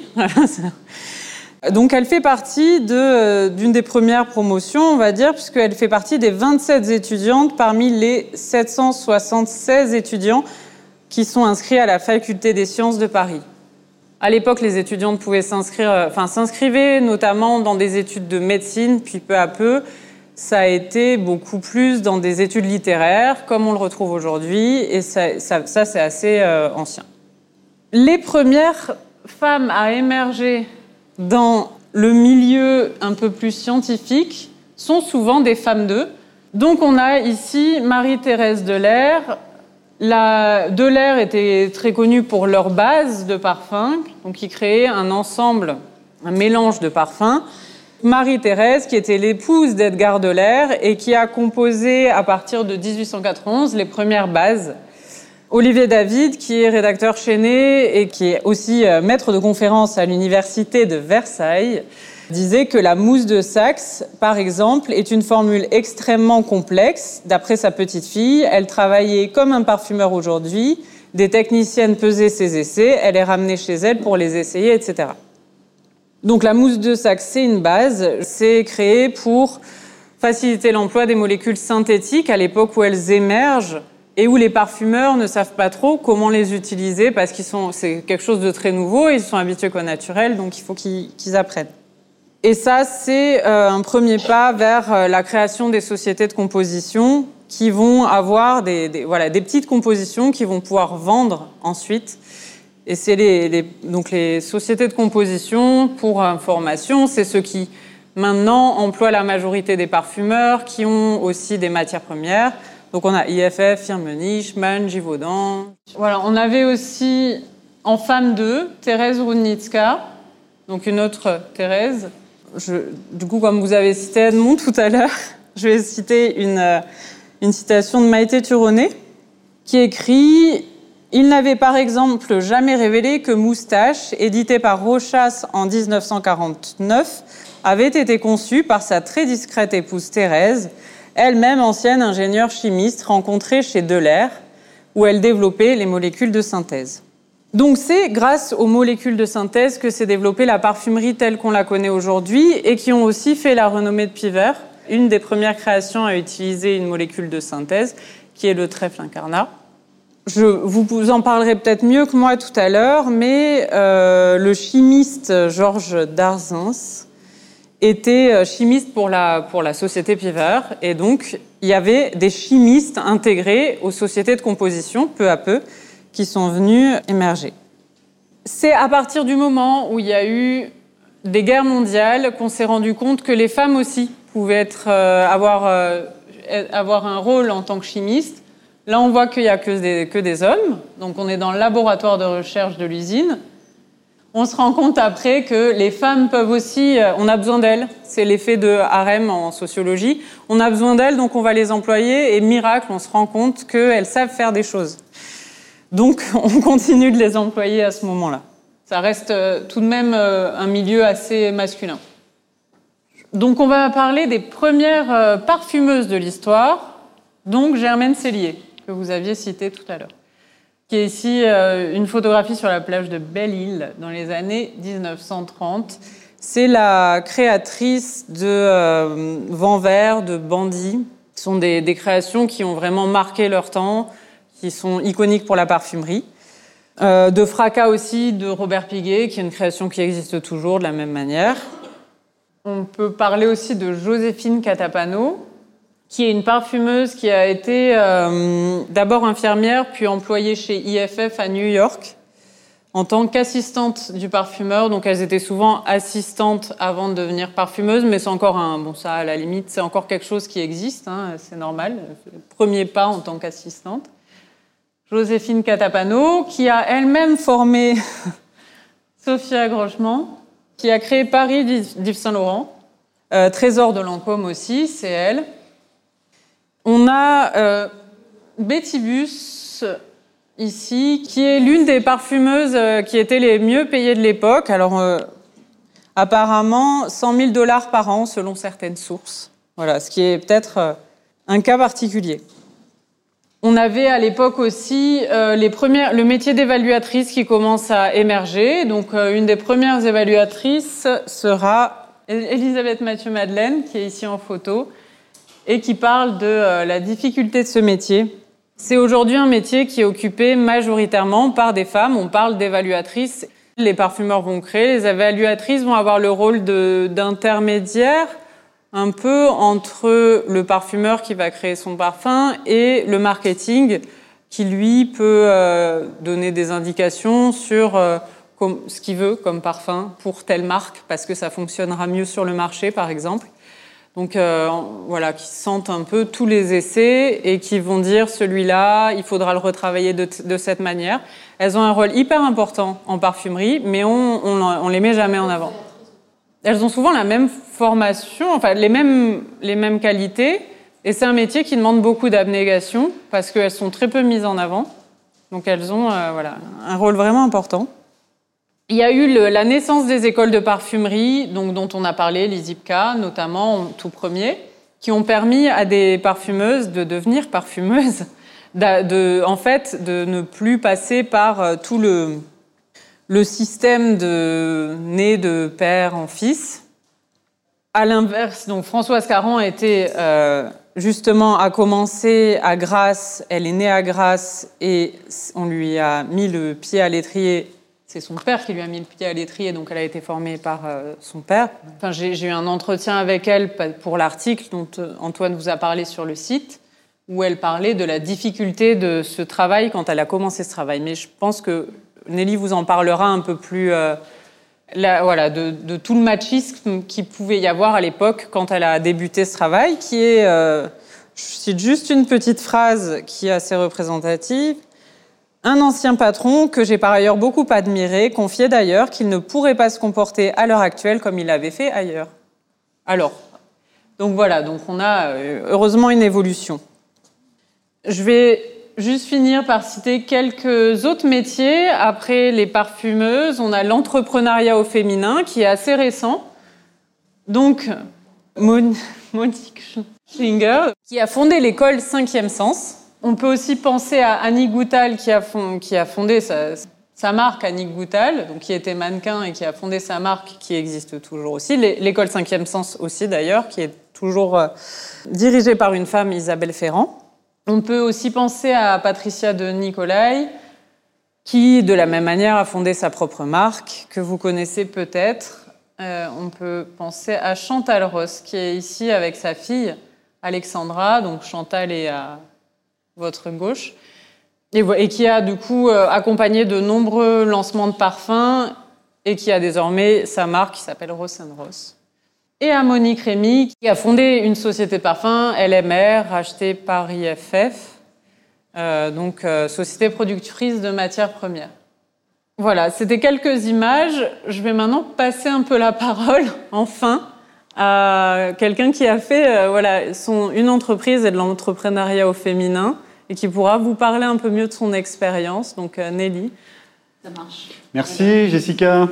Donc elle fait partie de, d'une des premières promotions, on va dire, puisqu'elle fait partie des vingt-sept étudiantes parmi les sept cent soixante-seize étudiants qui sont inscrits à la Faculté des sciences de Paris. À l'époque, les étudiantes pouvaient s'inscrire, enfin s'inscrivaient notamment dans des études de médecine, puis peu à peu, ça a été beaucoup plus dans des études littéraires, comme on le retrouve aujourd'hui, et ça, ça, ça c'est assez euh, ancien. Les premières femmes à émerger dans le milieu un peu plus scientifique sont souvent des femmes d'eux. Donc on a ici Marie-Thérèse Delert. La Delert était très connue pour leur base de parfums, donc ils créaient un ensemble, un mélange de parfums. Marie-Thérèse, qui était l'épouse d'Edgar Delert et qui a composé à partir de dix-huit cent quatre-vingt-onze les premières bases. Olivier David, qui est rédacteur chez Ney et qui est aussi maître de conférence à l'université de Versailles, disait que la mousse de Saxe, par exemple, est une formule extrêmement complexe. D'après sa petite fille, elle travaillait comme un parfumeur aujourd'hui, des techniciennes pesaient ses essais, elle les ramenait chez elle pour les essayer, et cetera. Donc la mousse de Saxe, c'est une base, c'est créé pour faciliter l'emploi des molécules synthétiques à l'époque où elles émergent et où les parfumeurs ne savent pas trop comment les utiliser parce qu'ils sont, c'est quelque chose de très nouveau, ils sont habitués qu'au naturel, donc il faut qu'ils, qu'ils apprennent. Et ça, c'est euh, un premier pas vers euh, la création des sociétés de composition qui vont avoir des, des, voilà, des petites compositions qui vont pouvoir vendre ensuite. Et c'est les, les, donc les sociétés de composition, pour information, c'est ce qui maintenant emploie la majorité des parfumeurs qui ont aussi des matières premières. Donc on a I F F, Firmenich, Schmann, Givaudan. Voilà, on avait aussi en femme deux, Thérèse Rudnicka, donc une autre Thérèse. Je, du coup, comme vous avez cité Edmond tout à l'heure, je vais citer une, une citation de Maïté Turonet qui écrit « Il n'avait par exemple jamais révélé que Moustache, édité par Rochas en dix-neuf cent quarante-neuf, avait été conçu par sa très discrète épouse Thérèse, elle-même ancienne ingénieure chimiste rencontrée chez Delair, où elle développait les molécules de synthèse. » Donc c'est grâce aux molécules de synthèse que s'est développée la parfumerie telle qu'on la connaît aujourd'hui et qui ont aussi fait la renommée de Piver, une des premières créations à utiliser une molécule de synthèse, qui est le trèfle incarnat. Je vous en parlerai peut-être mieux que moi tout à l'heure, mais euh, le chimiste Georges Darzens était chimiste pour la, pour la société Piver, et donc il y avait des chimistes intégrés aux sociétés de composition, peu à peu, qui sont venus émerger. C'est à partir du moment où il y a eu des guerres mondiales qu'on s'est rendu compte que les femmes aussi pouvaient être, euh, avoir, euh, avoir un rôle en tant que chimistes. Là, on voit qu'il n'y a que des, que des hommes, donc on est dans le laboratoire de recherche de l'usine. On se rend compte après que les femmes peuvent aussi, on a besoin d'elles, c'est l'effet de harem en sociologie, on a besoin d'elles, donc on va les employer, et miracle, on se rend compte qu'elles savent faire des choses. Donc on continue de les employer à ce moment-là. Ça reste tout de même un milieu assez masculin. Donc on va parler des premières parfumeuses de l'histoire, donc Germaine Cellier, que vous aviez cité tout à l'heure, qui est ici euh, une photographie sur la plage de Belle-Île dans les années dix-neuf cent trente. C'est la créatrice de euh, Vent Vert, de Bandit. Ce sont des, des créations qui ont vraiment marqué leur temps, qui sont iconiques pour la parfumerie. Euh, de Fracas aussi, de Robert Piguet, qui est une création qui existe toujours de la même manière. On peut parler aussi de Joséphine Catapano, qui est une parfumeuse qui a été euh, d'abord infirmière, puis employée chez I F F à New York, en tant qu'assistante du parfumeur. Donc elles étaient souvent assistantes avant de devenir parfumeuses, mais c'est encore un... Bon, ça, à la limite, c'est encore quelque chose qui existe, hein, c'est normal. Le premier pas en tant qu'assistante. Joséphine Catapano, qui a elle-même formé Sophia Grochman, qui a créé Paris d'Yves Saint Laurent. Euh, Trésor de Lancôme aussi, c'est elle. On a euh, Betty Buss, ici, qui est l'une des parfumeuses euh, qui étaient les mieux payées de l'époque. Alors, euh, apparemment, cent mille dollars par an, selon certaines sources. Voilà, ce qui est peut-être euh, un cas particulier. On avait à l'époque aussi euh, les premières, le métier d'évaluatrice qui commence à émerger. Donc, euh, une des premières évaluatrices sera Elisabeth Mathieu-Madeleine, qui est ici en photo, et qui parle de euh, la difficulté de ce métier. C'est aujourd'hui un métier qui est occupé majoritairement par des femmes. On parle d'évaluatrices. Les parfumeurs vont créer, les évaluatrices vont avoir le rôle de, d'intermédiaire, un peu entre le parfumeur qui va créer son parfum et le marketing, qui lui peut euh, donner des indications sur euh, comme, ce qu'il veut comme parfum pour telle marque, parce que ça fonctionnera mieux sur le marché, par exemple. Donc euh, voilà, qui sentent un peu tous les essais et qui vont dire celui-là, il faudra le retravailler de, de cette manière. Elles ont un rôle hyper important en parfumerie, mais on on, on les met jamais en avant. Elles ont souvent la même formation, enfin les mêmes, les mêmes qualités, et c'est un métier qui demande beaucoup d'abnégation parce qu'elles sont très peu mises en avant. Donc elles ont euh, voilà, un rôle vraiment important. Il y a eu le, la naissance des écoles de parfumerie, donc, dont on a parlé, les I P C A notamment, tout premier, qui ont permis à des parfumeuses de devenir parfumeuses, de, de, en fait, de ne plus passer par tout le, le système de né de père en fils. À l'inverse, donc Françoise Caron était euh, justement a commencé à Grasse, elle est née à Grasse et on lui a mis le pied à l'étrier. C'est son père qui lui a mis le pied à l'étrier, donc elle a été formée par euh, son père. Enfin, j'ai, j'ai eu un entretien avec elle pour l'article dont Antoine vous a parlé sur le site, où elle parlait de la difficulté de ce travail quand elle a commencé ce travail. Mais je pense que Nelly vous en parlera un peu plus... Euh, la, voilà, de, de tout le machisme qu'il pouvait y avoir à l'époque quand elle a débuté ce travail, qui est, euh, je cite juste une petite phrase qui est assez représentative. « Un ancien patron, que j'ai par ailleurs beaucoup admiré, confiait d'ailleurs qu'il ne pourrait pas se comporter à l'heure actuelle comme il l'avait fait ailleurs. » Alors, donc voilà, donc on a euh, heureusement une évolution. Je vais juste finir par citer quelques autres métiers. Après les parfumeuses, on a l'entrepreneuriat au féminin qui est assez récent. Donc, Mon- Monique Schlinger, qui a fondé l'école Cinquième Sens. On peut aussi penser à Annick Goutal qui a, fond, qui a fondé sa, sa marque, Annick Goutal, donc qui était mannequin et qui a fondé sa marque qui existe toujours aussi. L'école Cinquième Sens aussi d'ailleurs, qui est toujours euh, dirigée par une femme, Isabelle Ferrand. On peut aussi penser à Patricia de Nicolai, qui, de la même manière, a fondé sa propre marque, que vous connaissez peut-être. Euh, on peut penser à Chantal Ross, qui est ici avec sa fille, Alexandra. Donc Chantal est à votre gauche. Et, et qui a, du coup, euh, accompagné de nombreux lancements de parfums et qui a désormais sa marque qui s'appelle Ross and Ross. Et à Monique Rémy, qui a fondé une société de parfums, L M R, rachetée par I F F, euh, donc euh, société productrice de matières premières. Voilà, c'était quelques images. Je vais maintenant passer un peu la parole, enfin, à quelqu'un qui a fait euh, voilà, son, une entreprise et de l'entrepreneuriat au féminin et qui pourra vous parler un peu mieux de son expérience. Donc euh, Nelly. Ça marche. Merci Jessica.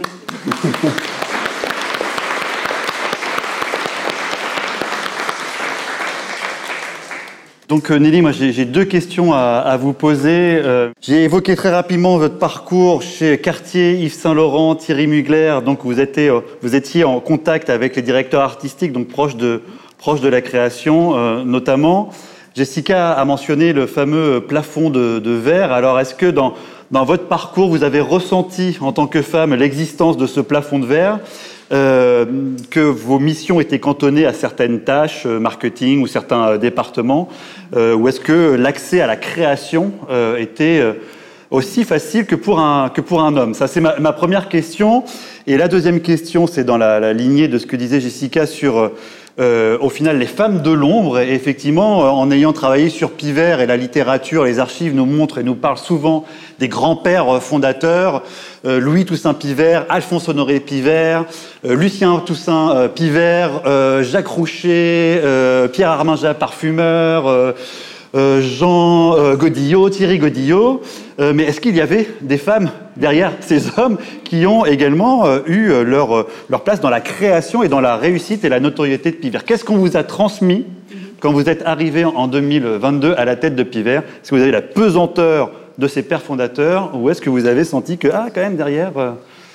Donc Nelly, moi j'ai deux questions à, à vous poser. Euh, j'ai évoqué très rapidement votre parcours chez Cartier, Yves Saint Laurent, Thierry Mugler. Donc vous étiez, vous étiez en contact avec les directeurs artistiques, donc proches de, proches de la création euh, notamment. Jessica a mentionné le fameux plafond de, de verre. Alors est-ce que dans, dans votre parcours, vous avez ressenti en tant que femme l'existence de ce plafond de verre ? Euh, que vos missions étaient cantonnées à certaines tâches, euh, marketing ou certains euh, départements, euh, ou est-ce que l'accès à la création euh, était euh, aussi facile que pour un, que pour un homme ? Ça, c'est ma, ma première question. Et la deuxième question, c'est dans la, la lignée de ce que disait Jessica sur, euh, au final, les femmes de l'ombre. Et effectivement, euh, en ayant travaillé sur Pivert et la littérature, les archives nous montrent et nous parlent souvent des grands-pères fondateurs, euh, Louis Toussaint Pivert, Alphonse Honoré Pivert, euh, Lucien Toussaint euh, Pivert, euh, Jacques Roucher, euh, Pierre Arminja parfumeur, euh, euh, Jean euh, Godillot, Thierry Godillot. Euh, mais est-ce qu'il y avait des femmes derrière ces hommes qui ont également euh, eu leur, euh, leur place dans la création et dans la réussite et la notoriété de Pivert ? Qu'est-ce qu'on vous a transmis quand vous êtes arrivé en deux mille vingt-deux à la tête de Pivert ? Est-ce que vous avez la pesanteur de ces pères fondateurs, ou est-ce que vous avez senti que, ah, quand même, derrière, euh,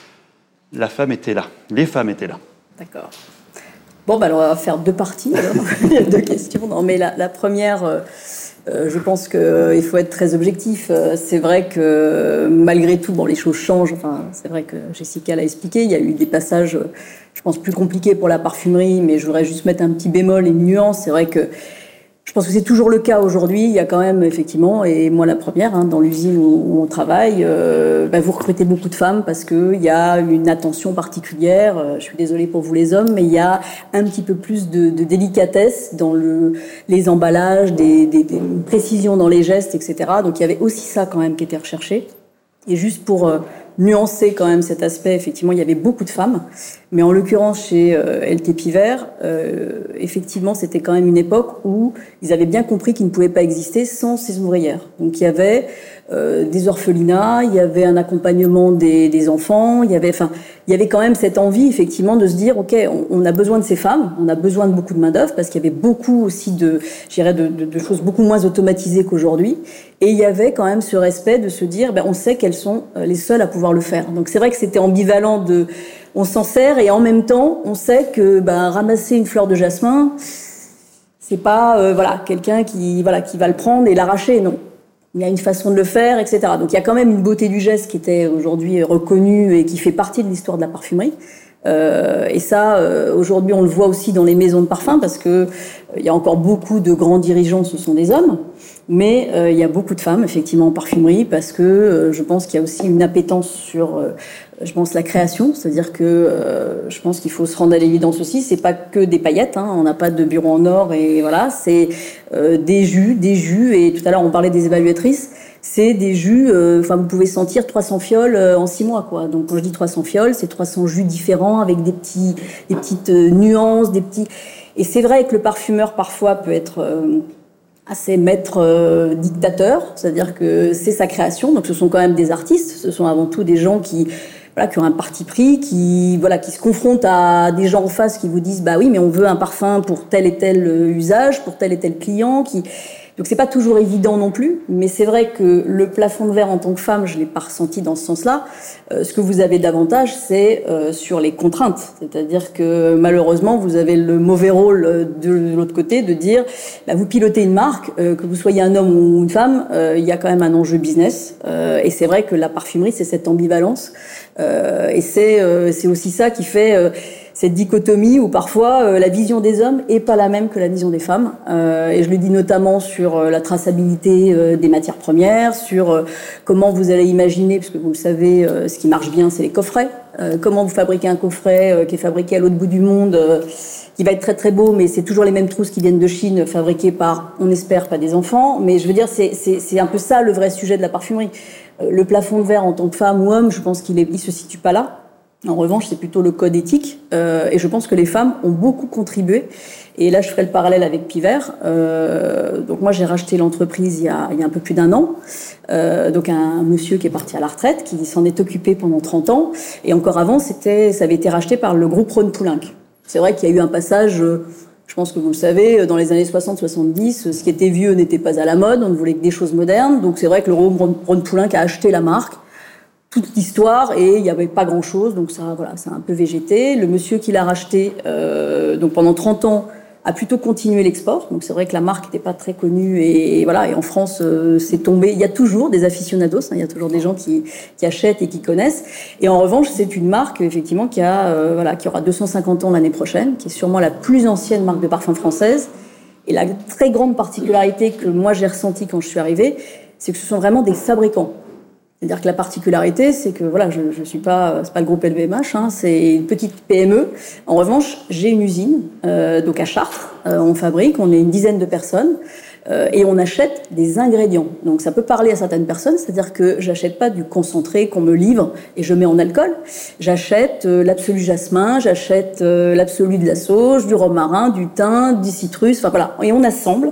la femme était là, les femmes étaient là ? D'accord. Bon, bah, alors, on va faire deux parties, alors. Il y a deux questions. Non, mais la, la première, euh, euh, je pense qu'il euh, faut être très objectif. Euh, c'est vrai que, euh, malgré tout, bon, les choses changent. Enfin, c'est vrai que Jessica l'a expliqué. Il y a eu des passages, euh, je pense, plus compliqués pour la parfumerie, mais je voudrais juste mettre un petit bémol et une nuance. C'est vrai que je pense que c'est toujours le cas aujourd'hui. Il y a quand même, effectivement, et moi la première, hein, dans l'usine où, où on travaille, euh, bah, vous recrutez beaucoup de femmes parce qu'il y a une attention particulière. Euh, je suis désolée pour vous les hommes, mais il y a un petit peu plus de, de délicatesse dans le, les emballages, des, des, des précisions dans les gestes, et cetera. Donc il y avait aussi ça quand même qui était recherché. Et juste pour euh, nuancer quand même cet aspect, effectivement, il y avait beaucoup de femmes. Mais en l'occurrence, chez euh, L T Pivert, euh, effectivement, c'était quand même une époque où ils avaient bien compris qu'ils ne pouvaient pas exister sans ces ouvrières. Donc, il y avait euh, des orphelinats, il y avait un accompagnement des, des enfants, il y avait, enfin, il y avait quand même cette envie, effectivement, de se dire, OK, on, on a besoin de ces femmes, on a besoin de beaucoup de main-d'œuvre, parce qu'il y avait beaucoup aussi de, je dirais, de, de, de choses beaucoup moins automatisées qu'aujourd'hui. Et il y avait quand même ce respect de se dire, ben, on sait qu'elles sont les seules à pouvoir le faire. Donc, c'est vrai que c'était ambivalent de, on s'en sert et en même temps, on sait que ben, ramasser une fleur de jasmin, c'est pas euh, voilà quelqu'un qui voilà qui va le prendre et l'arracher, non. Il y a une façon de le faire, et cetera. Donc il y a quand même une beauté du geste qui était aujourd'hui reconnue et qui fait partie de l'histoire de la parfumerie. Euh, et ça, euh, aujourd'hui, on le voit aussi dans les maisons de parfum parce que euh, il y a encore beaucoup de grands dirigeants, ce sont des hommes. Mais euh, il y a beaucoup de femmes, effectivement, en parfumerie, parce que euh, je pense qu'il y a aussi une appétence sur, euh, je pense, la création. C'est-à-dire que euh, je pense qu'il faut se rendre à l'évidence aussi. C'est pas que des paillettes, hein, on n'a pas de bureau en or et voilà. C'est euh, des jus, des jus. Et tout à l'heure, on parlait des évaluatrices. C'est des jus. Enfin, euh, vous pouvez sentir trois cents fioles euh, en six mois, quoi. Donc, quand je dis trois cents fioles, c'est trois cents jus différents avec des petits, des petites euh, nuances, des petits. Et c'est vrai que le parfumeur parfois peut être euh, assez maître euh, dictateur, c'est-à-dire que c'est sa création, donc ce sont quand même des artistes, ce sont avant tout des gens qui, voilà, qui ont un parti pris, qui, voilà, qui se confrontent à des gens en face qui vous disent bah oui mais on veut un parfum pour tel et tel usage, pour tel et tel client, qui... Donc c'est pas toujours évident non plus, mais c'est vrai que le plafond de verre en tant que femme, je l'ai pas ressenti dans ce sens-là. Euh, ce que vous avez davantage, c'est euh, sur les contraintes, c'est-à-dire que malheureusement vous avez le mauvais rôle de, de l'autre côté de dire, bah, vous pilotez une marque, euh, que vous soyez un homme ou une femme, euh, il y a quand même un enjeu business, euh, et c'est vrai que la parfumerie c'est cette ambivalence, euh, et c'est euh, c'est aussi ça qui fait euh, cette dichotomie où parfois euh, la vision des hommes est pas la même que la vision des femmes. Euh, et je le dis notamment sur euh, la traçabilité euh, des matières premières, sur euh, comment vous allez imaginer, parce que vous le savez, euh, ce qui marche bien, c'est les coffrets. Euh, comment vous fabriquez un coffret euh, qui est fabriqué à l'autre bout du monde, euh, qui va être très très beau, mais c'est toujours les mêmes trousses qui viennent de Chine, fabriquées par, on espère, pas des enfants. Mais je veux dire, c'est, c'est, c'est un peu ça le vrai sujet de la parfumerie. Euh, le plafond de verre en tant que femme ou homme, je pense qu'il est, il se situe pas là. En revanche, c'est plutôt le code éthique, euh, et je pense que les femmes ont beaucoup contribué. Et là, je ferai le parallèle avec Piver. Euh, donc moi, j'ai racheté l'entreprise il y a, il y a un peu plus d'un an. Euh, donc un monsieur qui est parti à la retraite, qui s'en est occupé pendant trente ans. Et encore avant, c'était, ça avait été racheté par le groupe Rhône-Poulenc. C'est vrai qu'il y a eu un passage, je pense que vous le savez, dans les années soixante soixante-dix, ce qui était vieux n'était pas à la mode, on ne voulait que des choses modernes. Donc c'est vrai que le groupe Rhône-Poulenc a acheté la marque, toute l'histoire, et il n'y avait pas grand-chose, donc ça, voilà, ça a un peu végété. Le monsieur qui l'a racheté, euh, donc pendant trente ans, a plutôt continué l'export. Donc c'est vrai que la marque n'était pas très connue, et, et voilà. Et en France, euh, c'est tombé. Il y a toujours des aficionados, hein, il y a toujours des gens qui, qui achètent et qui connaissent. Et en revanche, c'est une marque effectivement qui a, euh, voilà, qui aura deux cent cinquante ans l'année prochaine, qui est sûrement la plus ancienne marque de parfum française. Et la très grande particularité que moi j'ai ressentie quand je suis arrivée, c'est que ce sont vraiment des fabricants. C'est-à-dire que la particularité, c'est que voilà, je, je suis pas, c'est pas le groupe L V M H, hein, c'est une petite P M E. En revanche, j'ai une usine, euh, donc à Chartres, euh, on fabrique, on est une dizaine de personnes, euh, et on achète des ingrédients. Donc ça peut parler à certaines personnes, c'est-à-dire que j'achète pas du concentré qu'on me livre et je mets en alcool. J'achète euh, l'absolu jasmin, j'achète euh, l'absolu de la sauge, du romarin, du thym, du citrus, enfin voilà, et on assemble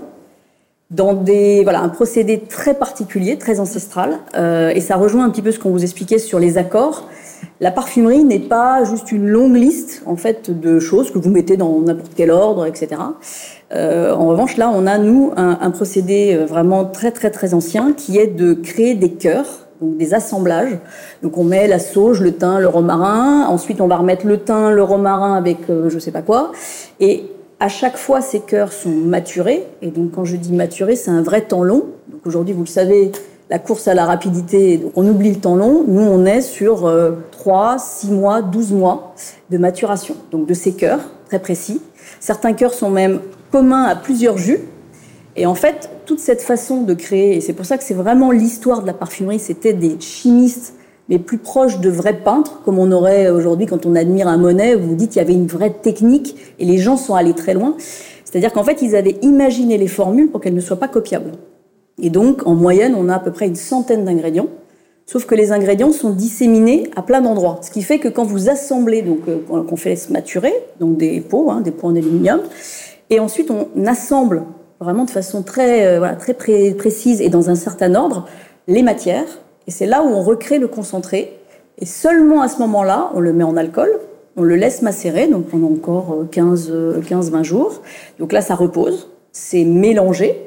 dans des, voilà, un procédé très particulier, très ancestral, euh, et ça rejoint un petit peu ce qu'on vous expliquait sur les accords. La parfumerie n'est pas juste une longue liste, en fait, de choses que vous mettez dans n'importe quel ordre, et cetera. Euh, en revanche, là, on a, nous, un, un procédé vraiment très, très, très ancien qui est de créer des cœurs, donc des assemblages. Donc, on met la sauge, le thym, le romarin. Ensuite, on va remettre le thym, le romarin avec euh, je sais pas quoi. Et à chaque fois, ces cœurs sont maturés. Et donc, quand je dis maturés, c'est un vrai temps long. Donc, aujourd'hui, vous le savez, la course à la rapidité, donc on oublie le temps long. Nous, on est sur euh, trois, six mois, douze mois de maturation. Donc, de ces cœurs, très précis. Certains cœurs sont même communs à plusieurs jus. Et en fait, toute cette façon de créer, et c'est pour ça que c'est vraiment l'histoire de la parfumerie, c'était des chimistes, mais plus proches de vrais peintres, comme on aurait aujourd'hui quand on admire un Monet, où vous dites qu'il y avait une vraie technique, et les gens sont allés très loin. C'est-à-dire qu'en fait, ils avaient imaginé les formules pour qu'elles ne soient pas copiables. Et donc, en moyenne, on a à peu près une centaine d'ingrédients, sauf que les ingrédients sont disséminés à plein d'endroits. Ce qui fait que quand vous assemblez, donc euh, qu'on fait se maturer, donc des pots, hein, des pots en aluminium, et ensuite on assemble vraiment de façon très, euh, voilà, très pré- précise et dans un certain ordre, les matières. Et c'est là où on recrée le concentré. Et seulement à ce moment-là, on le met en alcool, on le laisse macérer, donc pendant encore quinze à vingt jours. Donc là, ça repose, c'est mélangé.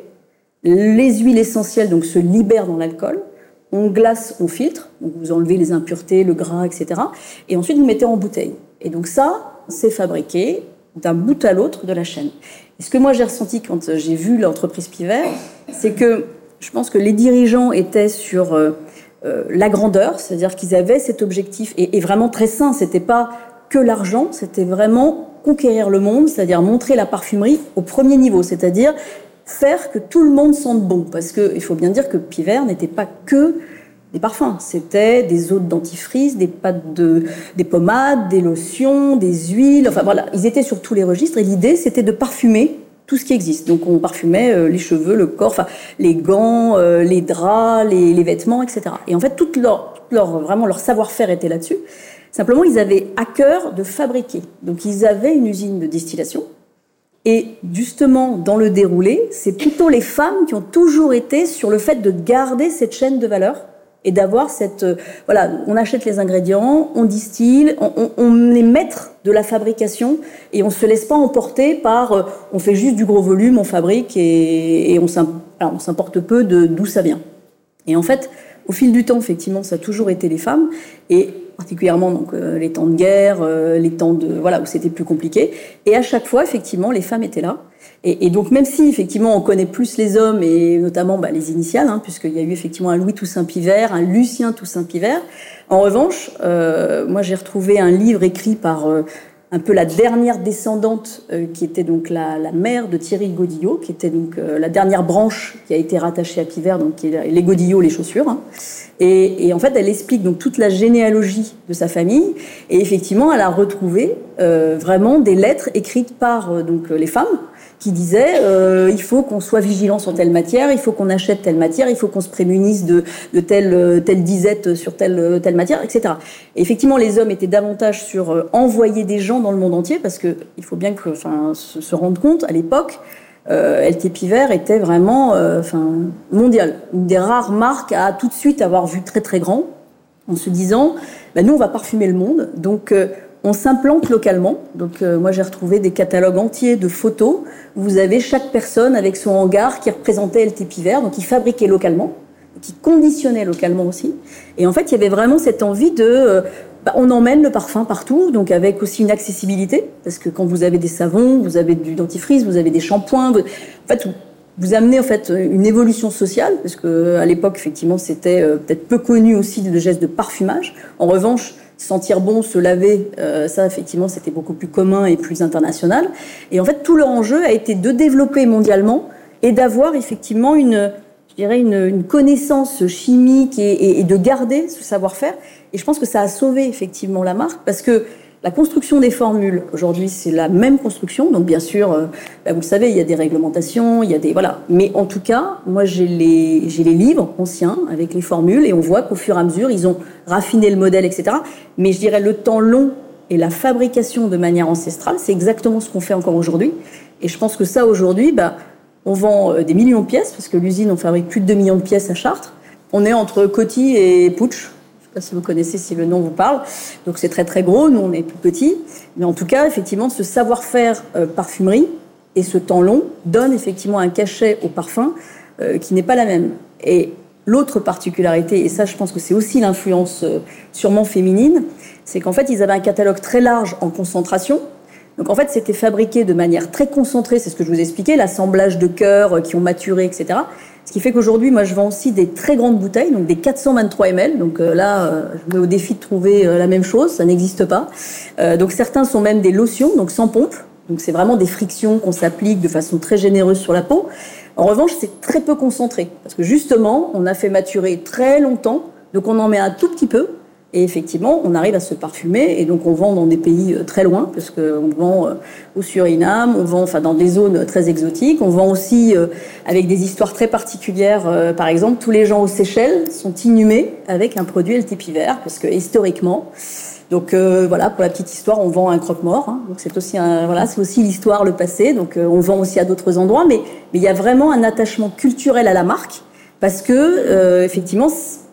Les huiles essentielles donc, se libèrent dans l'alcool. On glace, on filtre. Donc vous enlevez les impuretés, le gras, et cetera. Et ensuite, vous mettez en bouteille. Et donc ça, c'est fabriqué d'un bout à l'autre de la chaîne. Et ce que moi, j'ai ressenti quand j'ai vu l'entreprise Piver, c'est que je pense que les dirigeants étaient sur... Euh, Euh, la grandeur, c'est-à-dire qu'ils avaient cet objectif, et, et vraiment très sain, c'était pas que l'argent, c'était vraiment conquérir le monde, c'est-à-dire montrer la parfumerie au premier niveau, c'est-à-dire faire que tout le monde sente bon. Parce qu'il faut bien dire que Pivert n'était pas que des parfums, c'était des eaux de dentifrice, des pâtes de, des pommades, des lotions, des huiles, enfin voilà, ils étaient sur tous les registres et l'idée c'était de parfumer tout ce qui existe. Donc on parfumait euh, les cheveux, le corps, enfin les gants, euh, les draps, les, les vêtements, et cetera. Et en fait, tout leur, leur, vraiment leur savoir-faire était là-dessus. Simplement, ils avaient à cœur de fabriquer. Donc ils avaient une usine de distillation. Et justement, dans le déroulé, c'est plutôt les femmes qui ont toujours été sur le fait de garder cette chaîne de valeur et d'avoir cette... Euh, voilà, on achète les ingrédients, on distille, on, on, on est maître de la fabrication et on ne se laisse pas emporter par... Euh, on fait juste du gros volume, on fabrique et, et on s'importe peu de d'où ça vient. Et en fait, au fil du temps, effectivement, ça a toujours été les femmes, et particulièrement donc, euh, les temps de guerre, euh, les temps de, voilà, où c'était plus compliqué. Et à chaque fois, effectivement, les femmes étaient là. Et, et donc, même si, effectivement, on connaît plus les hommes, et notamment bah, les initiales, hein, puisqu'il y a eu effectivement un Louis Toussaint Pivert, un Lucien Toussaint Pivert. En revanche, euh, moi, j'ai retrouvé un livre écrit par euh, un peu la dernière descendante, euh, qui était donc la, la mère de Thierry Godillot, qui était donc euh, la dernière branche qui a été rattachée à Pivert, donc qui est les Godillot, les chaussures. Hein. Et, et en fait, elle explique donc toute la généalogie de sa famille. Et effectivement, elle a retrouvé euh, vraiment des lettres écrites par euh, donc les femmes qui disaient euh, il faut qu'on soit vigilant sur telle matière, il faut qu'on achète telle matière, il faut qu'on se prémunisse de, de telle, telle disette sur telle, telle matière, et cetera. Et effectivement, les hommes étaient davantage sur euh, envoyer des gens dans le monde entier, parce que il faut bien que, enfin, se, se rendre compte, à l'époque, Euh, L T Pivert était vraiment euh, enfin, mondial. Une des rares marques à tout de suite avoir vu très très grand, en se disant ben, nous on va parfumer le monde, donc euh, on s'implante localement. Donc euh, moi j'ai retrouvé des catalogues entiers de photos où vous avez chaque personne avec son hangar qui représentait L T Pivert, donc ils fabriquaient localement, qui conditionnaient localement aussi. Et en fait il y avait vraiment cette envie de euh, bah, on emmène le parfum partout, donc avec aussi une accessibilité, parce que quand vous avez des savons, vous avez du dentifrice, vous avez des shampoings, vous, en fait, vous amenez en fait une évolution sociale, parce que à l'époque, effectivement, c'était euh, peut-être peu connu aussi le geste de parfumage. En revanche, sentir bon, se laver, euh, ça, effectivement, c'était beaucoup plus commun et plus international. Et en fait, tout leur enjeu a été de développer mondialement et d'avoir effectivement une... je dirais, une, une connaissance chimique et, et, et de garder ce savoir-faire. Et je pense que ça a sauvé effectivement la marque, parce que la construction des formules, aujourd'hui, c'est la même construction. Donc, bien sûr, euh, bah, vous le savez, il y a des réglementations, il y a des... Voilà. Mais en tout cas, moi, j'ai les, j'ai les livres anciens avec les formules et on voit qu'au fur et à mesure, ils ont raffiné le modèle, et cetera. Mais je dirais, le temps long et la fabrication de manière ancestrale, c'est exactement ce qu'on fait encore aujourd'hui. Et je pense que ça, aujourd'hui... Bah, on vend des millions de pièces, parce que l'usine, on fabrique plus de deux millions de pièces à Chartres. On est entre Coty et Puig. Je ne sais pas si vous connaissez, si le nom vous parle. Donc c'est très très gros, nous on est plus petits. Mais en tout cas, effectivement, ce savoir-faire euh, parfumerie et ce temps long donne effectivement un cachet au parfum euh, qui n'est pas la même. Et l'autre particularité, et ça je pense que c'est aussi l'influence euh, sûrement féminine, c'est qu'en fait ils avaient un catalogue très large en concentration. Donc en fait, c'était fabriqué de manière très concentrée, c'est ce que je vous expliquais, l'assemblage de cœurs qui ont maturé, et cetera. Ce qui fait qu'aujourd'hui, moi, je vends aussi des très grandes bouteilles, donc des quatre cent vingt-trois millilitres. Donc euh, là, euh, je mets au défi de trouver euh, la même chose, ça n'existe pas. Euh, donc certains sont même des lotions, donc sans pompe. Donc c'est vraiment des frictions qu'on s'applique de façon très généreuse sur la peau. En revanche, c'est très peu concentré, parce que justement, on a fait maturer très longtemps, donc on en met un tout petit peu. Et effectivement, on arrive à se parfumer, et donc on vend dans des pays très loin, parce qu'on vend au Suriname, on vend enfin, dans des zones très exotiques, on vend aussi euh, avec des histoires très particulières. Euh, par exemple, tous les gens aux Seychelles sont inhumés avec un produit L T Pivert, parce que historiquement, donc euh, voilà, pour la petite histoire, on vend un croque-mort, hein, donc c'est aussi, un, voilà, c'est aussi l'histoire, le passé, donc euh, on vend aussi à d'autres endroits, mais mais il y a vraiment un attachement culturel à la marque, parce que euh, effectivement,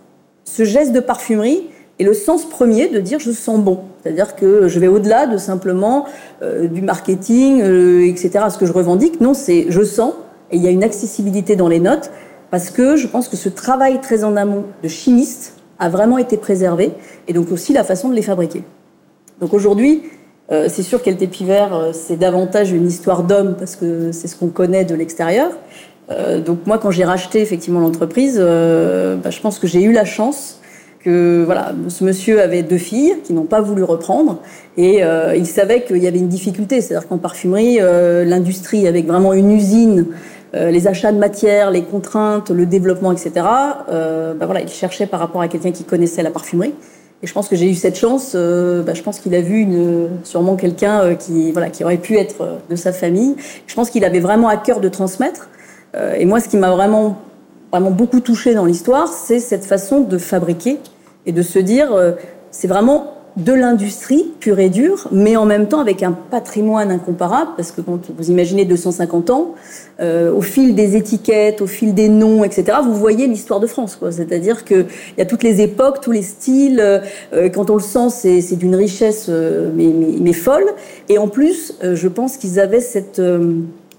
ce geste de parfumerie, et le sens premier de dire je sens bon, c'est-à-dire que je vais au-delà de simplement euh, du marketing, euh, et cetera. Ce que je revendique, non, c'est je sens, et il y a une accessibilité dans les notes, parce que je pense que ce travail très en amont de chimiste a vraiment été préservé, et donc aussi la façon de les fabriquer. Donc aujourd'hui, euh, c'est sûr qu'L T Pivert, euh, c'est davantage une histoire d'homme, parce que c'est ce qu'on connaît de l'extérieur. Euh, donc moi, quand j'ai racheté effectivement l'entreprise, euh, bah, je pense que j'ai eu la chance que voilà, ce monsieur avait deux filles qui n'ont pas voulu reprendre et euh, il savait qu'il y avait une difficulté, c'est-à-dire qu'en parfumerie, euh, l'industrie avec vraiment une usine, euh, les achats de matières, les contraintes, le développement, et cetera. Euh, ben voilà, il cherchait par rapport à quelqu'un qui connaissait la parfumerie. Et je pense que j'ai eu cette chance. Euh, ben je pense qu'il a vu une, sûrement quelqu'un euh, qui voilà qui aurait pu être de sa famille. Je pense qu'il avait vraiment à cœur de transmettre. Euh, et moi, ce qui m'a vraiment vraiment beaucoup touché dans l'histoire, c'est cette façon de fabriquer et de se dire, euh, c'est vraiment de l'industrie pure et dure, mais en même temps avec un patrimoine incomparable, parce que quand vous imaginez deux cent cinquante ans, euh, au fil des étiquettes, au fil des noms, et cetera, vous voyez l'histoire de France, quoi. C'est-à-dire qu'il y a toutes les époques, tous les styles, euh, quand on le sent, c'est, c'est d'une richesse euh, mais, mais, mais folle. Et en plus, euh, je pense qu'ils avaient cette, euh,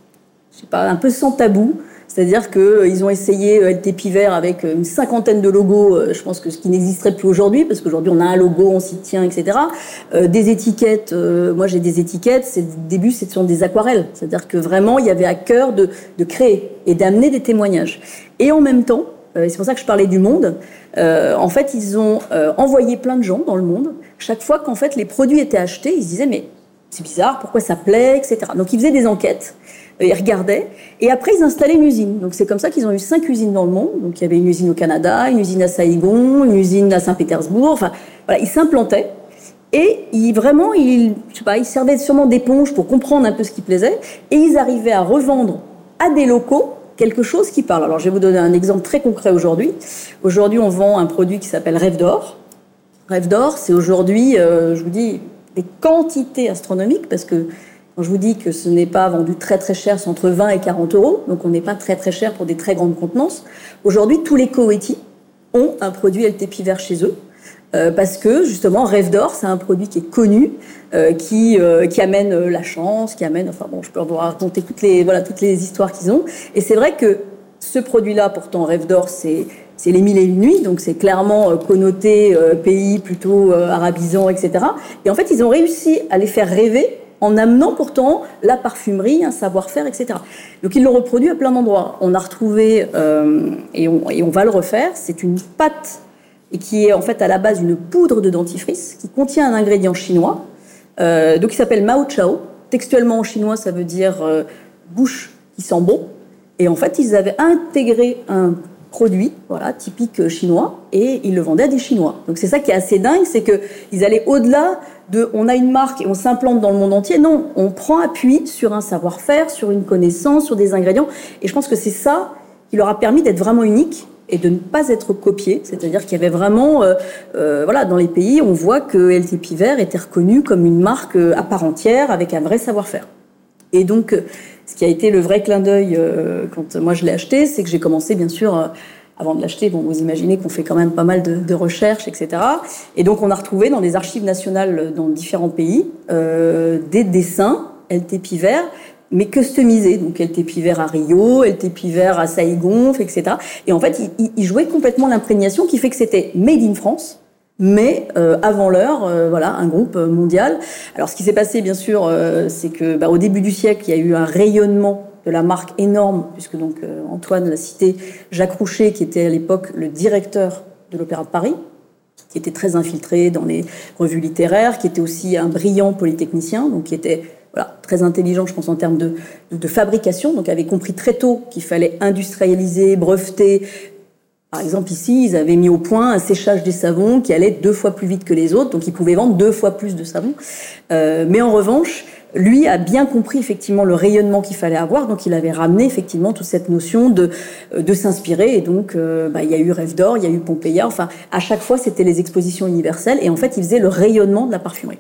je sais pas, un peu sans tabou. C'est-à-dire qu'ils ont essayé L T Piver avec une cinquantaine de logos, je pense que ce qui n'existerait plus aujourd'hui, parce qu'aujourd'hui on a un logo, on s'y tient, et cetera. Euh, des étiquettes, euh, moi j'ai des étiquettes, c'est, au début ce sont des aquarelles. C'est-à-dire que vraiment il y avait à cœur de, de créer et d'amener des témoignages. Et en même temps, euh, c'est pour ça que je parlais du monde, euh, en fait ils ont euh, envoyé plein de gens dans le monde. Chaque fois qu'en fait les produits étaient achetés, ils se disaient mais c'est bizarre, pourquoi ça plaît, et cetera. Donc ils faisaient des enquêtes. Ils regardaient, et après ils installaient une usine. Donc c'est comme ça qu'ils ont eu cinq usines dans le monde. Donc il y avait une usine au Canada, une usine à Saïgon, une usine à Saint-Pétersbourg. Enfin voilà, ils s'implantaient et ils, vraiment ils, je sais pas, ils servaient sûrement d'éponge pour comprendre un peu ce qui plaisait, et ils arrivaient à revendre à des locaux quelque chose qui parle. Alors je vais vous donner un exemple très concret aujourd'hui. Aujourd'hui on vend un produit qui s'appelle Rêve d'or. Rêve d'or, c'est aujourd'hui, euh, je vous dis, des quantités astronomiques, parce que quand je vous dis que ce n'est pas vendu très très cher, c'est entre vingt et quarante euros, donc on n'est pas très très cher pour des très grandes contenances. Aujourd'hui, tous les Cowetti ont un produit L T Piver chez eux, euh, parce que justement, Rêve d'or, c'est un produit qui est connu, euh, qui, euh, qui amène euh, la chance, qui amène, enfin bon, je peux vous raconter toutes les, voilà, toutes les histoires qu'ils ont. Et c'est vrai que ce produit-là, pourtant, Rêve d'or, c'est, c'est les mille et une nuits, donc c'est clairement euh, connoté euh, pays plutôt euh, arabisant, et cetera. Et en fait, ils ont réussi à les faire rêver en amenant pourtant la parfumerie, un savoir-faire, et cetera. Donc ils l'ont reproduit à plein d'endroits. On a retrouvé, euh, et, on, et on va le refaire, c'est une pâte et qui est en fait à la base une poudre de dentifrice qui contient un ingrédient chinois, euh, donc qui s'appelle Mao Chao. Textuellement en chinois, ça veut dire euh, bouche qui sent bon. Et en fait, ils avaient intégré un produit, voilà, typique chinois, et ils le vendaient à des Chinois. Donc c'est ça qui est assez dingue, c'est qu'ils allaient au-delà de on a une marque et on s'implante dans le monde entier. Non, on prend appui sur un savoir-faire, sur une connaissance, sur des ingrédients. Et je pense que c'est ça qui leur a permis d'être vraiment unique et de ne pas être copié. C'est-à-dire qu'il y avait vraiment, euh, euh, voilà, dans les pays, on voit que L T Piver était reconnu comme une marque à part entière avec un vrai savoir-faire. Et donc, ce qui a été le vrai clin d'œil euh, quand moi je l'ai acheté, c'est que j'ai commencé, bien sûr, euh, avant de l'acheter, bon, vous imaginez qu'on fait quand même pas mal de, de recherches, et cetera. Et donc, on a retrouvé dans les archives nationales dans différents pays euh, des dessins L T Piver, mais customisés. Donc, L T Piver à Rio, L T Piver à Saïgon, et cetera. Et en fait, ils il jouaient complètement l'imprégnation qui fait que c'était made in France, mais euh, avant l'heure, euh, voilà, un groupe mondial. Alors, ce qui s'est passé, bien sûr, euh, c'est que, bah, au début du siècle, il y a eu un rayonnement de la marque énorme, puisque donc euh, Antoine l'a cité, Jacques Roucher, qui était à l'époque le directeur de l'Opéra de Paris, qui était très infiltré dans les revues littéraires, qui était aussi un brillant polytechnicien, donc qui était voilà, très intelligent, je pense, en termes de, de, de fabrication, donc avait compris très tôt qu'il fallait industrialiser, breveter. Par exemple, ici, ils avaient mis au point un séchage des savons qui allait deux fois plus vite que les autres, donc ils pouvaient vendre deux fois plus de savons. Euh, mais en revanche, lui a bien compris effectivement le rayonnement qu'il fallait avoir, donc il avait ramené effectivement toute cette notion de, de s'inspirer, et donc euh, bah, il y a eu Rêve d'or, il y a eu Pompeia, enfin à chaque fois c'était les expositions universelles, et en fait il faisait le rayonnement de la parfumerie.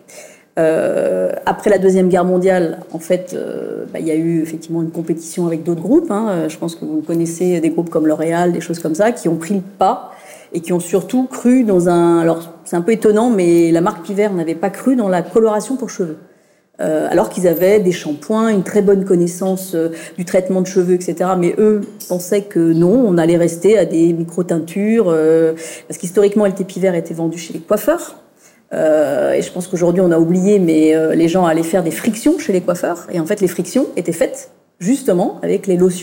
Euh, après la Deuxième Guerre mondiale, en fait, euh, bah, il y a eu effectivement une compétition avec d'autres groupes, hein. Je pense que vous connaissez des groupes comme L'Oréal, des choses comme ça, qui ont pris le pas et qui ont surtout cru dans un... Alors c'est un peu étonnant, mais la marque Piver n'avait pas cru dans la coloration pour cheveux. Euh, alors qu'ils avaient des shampoings, une très bonne connaissance euh, du traitement de cheveux, et cetera. Mais eux pensaient que non, on allait rester à des micro-teintures, euh, parce qu'historiquement, L T Piver était vendu chez les coiffeurs. Euh, et je pense qu'aujourd'hui, on a oublié, mais euh, les gens allaient faire des frictions chez les coiffeurs. Et en fait, les frictions étaient faites justement avec les lotions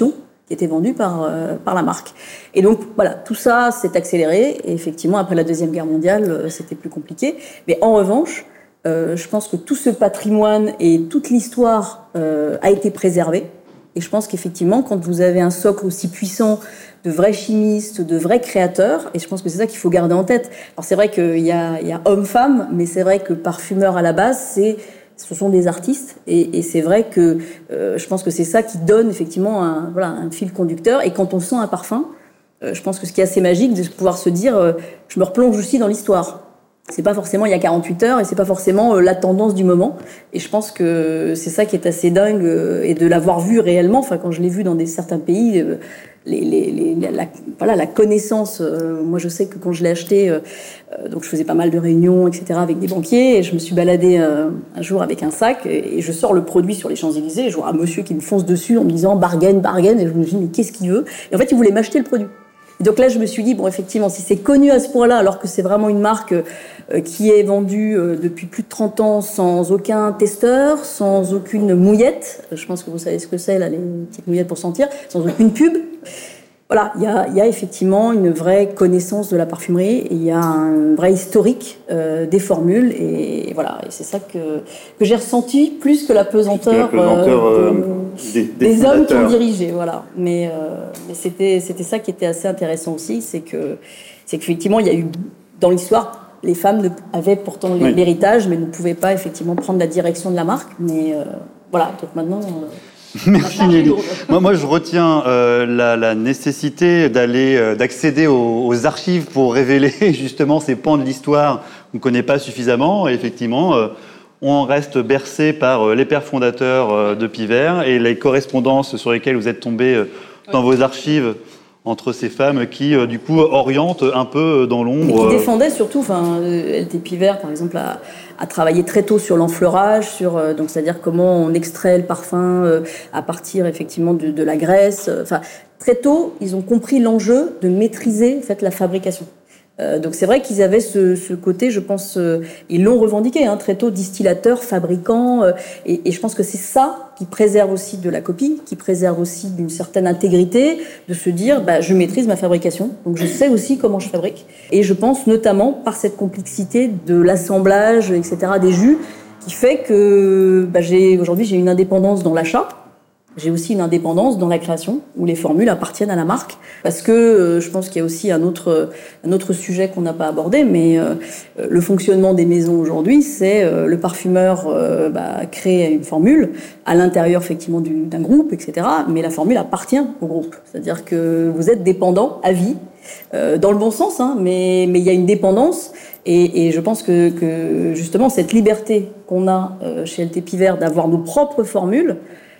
qui étaient vendus par, euh, par la marque. Et donc, voilà, tout ça s'est accéléré. Et effectivement, après la Deuxième Guerre mondiale, euh, c'était plus compliqué. Mais en revanche, euh, je pense que tout ce patrimoine et toute l'histoire euh, a été préservée. Et je pense qu'effectivement, quand vous avez un socle aussi puissant de vrais chimistes, de vrais créateurs, et je pense que c'est ça qu'il faut garder en tête. Alors, c'est vrai qu'il y a, il y a hommes-femmes, mais c'est vrai que parfumeur, à la base, c'est... ce sont des artistes, et, et c'est vrai que euh, je pense que c'est ça qui donne effectivement un, voilà, un fil conducteur. Et quand on sent un parfum, euh, je pense que ce qui est assez magique, c'est de pouvoir se dire euh, je me replonge aussi dans l'histoire. C'est pas forcément il y a quarante-huit heures, et c'est pas forcément euh, la tendance du moment. Et je pense que c'est ça qui est assez dingue, euh, et de l'avoir vu réellement. Enfin, quand je l'ai vu dans des certains pays, euh, les, les, les, la, voilà, la connaissance. Euh, moi, je sais que quand je l'ai acheté, euh, euh, donc je faisais pas mal de réunions, et cetera, avec des banquiers, et je me suis baladée euh, un jour avec un sac, et, et je sors le produit sur les Champs-Élysées, et je vois un monsieur qui me fonce dessus en me disant bargain, bargain, et je me dis mais qu'est-ce qu'il veut ? Et en fait, il voulait m'acheter le produit. Et donc là, je me suis dit, bon, effectivement, si c'est connu à ce point-là, alors que c'est vraiment une marque euh, qui est vendue euh, depuis plus de trente ans sans aucun testeur, sans aucune mouillette, je pense que vous savez ce que c'est, là, les petites mouillettes pour sentir, sans aucune pub. Voilà, il y a, y a effectivement une vraie connaissance de la parfumerie, et il y a un vrai historique euh, des formules, et, et voilà, et c'est ça que, que j'ai ressenti plus que la pesanteur, que la pesanteur euh, de, des, des, des hommes qui ont dirigé, voilà. Mais, euh, mais c'était, c'était ça qui était assez intéressant aussi, c'est que, c'est qu'effectivement, il y a eu, dans l'histoire, les femmes avaient pourtant oui. l'héritage, mais ne pouvaient pas effectivement prendre la direction de la marque, mais euh, voilà, donc maintenant... Euh, Merci Nelly. Moi, moi, je retiens euh, la, la nécessité d'aller, euh, d'accéder aux, aux archives pour révéler justement ces pans de l'histoire qu'on ne connaît pas suffisamment. Et effectivement, euh, on reste bercé par euh, les pères fondateurs euh, de Pivert et les correspondances sur lesquelles vous êtes tombés euh, dans vos archives entre ces femmes qui, euh, du coup, orientent un peu dans l'ombre. Qui défendaient surtout, enfin, L T Pivert, par exemple, a, a travaillé très tôt sur l'enfleurage, sur, euh, donc c'est-à-dire comment on extrait le parfum euh, à partir effectivement de, de la graisse. Enfin, très tôt, ils ont compris l'enjeu de maîtriser en fait la fabrication. Euh, donc c'est vrai qu'ils avaient ce, ce côté, je pense, euh, ils l'ont revendiqué hein, très tôt, distillateur, fabricant, euh, et, et je pense que c'est ça qui préserve aussi de la copie, qui préserve aussi d'une certaine intégrité, de se dire, bah, je maîtrise ma fabrication, donc je sais aussi comment je fabrique, et je pense notamment par cette complexité de l'assemblage, et cetera, des jus, qui fait que bah, j'ai, aujourd'hui j'ai une indépendance dans l'achat. J'ai aussi une indépendance dans la création, où les formules appartiennent à la marque. Parce que euh, je pense qu'il y a aussi un autre, un autre sujet qu'on n'a pas abordé, mais euh, le fonctionnement des maisons aujourd'hui, c'est euh, le parfumeur euh, bah, crée une formule à l'intérieur effectivement du, d'un groupe, et cetera. Mais la formule appartient au groupe. C'est-à-dire que vous êtes dépendant à vie, euh, dans le bon sens, hein, mais mais il y a une dépendance. Et, et je pense que, que justement cette liberté qu'on a euh, chez L T Pivert d'avoir nos propres formules,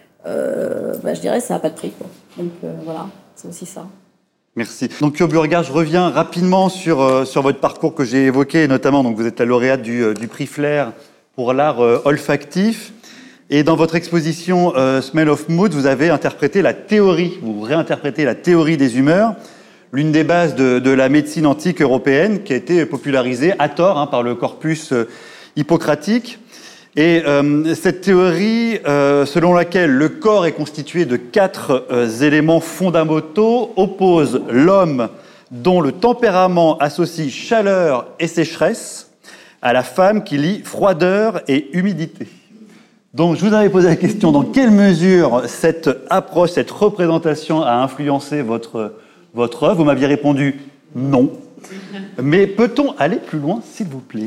Euh, bah, je dirais ça n'a pas de prix, quoi. Donc euh, voilà, c'est aussi ça. Merci. Donc Pio Burgard, je reviens rapidement sur, euh, sur votre parcours que j'ai évoqué, notamment donc vous êtes la lauréate du, euh, du prix Flair pour l'art euh, olfactif. Et dans votre exposition euh, Smell of Mood, vous avez interprété la théorie, vous réinterprétez la théorie des humeurs, l'une des bases de, de la médecine antique européenne qui a été popularisée à tort hein, par le corpus euh, hippocratique. Et euh, cette théorie, euh, selon laquelle le corps est constitué de quatre euh, éléments fondamentaux, oppose l'homme dont le tempérament associe chaleur et sécheresse à la femme qui lie froideur et humidité. Donc je vous avais posé la question, dans quelle mesure cette approche, cette représentation a influencé votre, votre œuvre ? Vous m'aviez répondu non. Mais peut-on aller plus loin, s'il vous plaît ?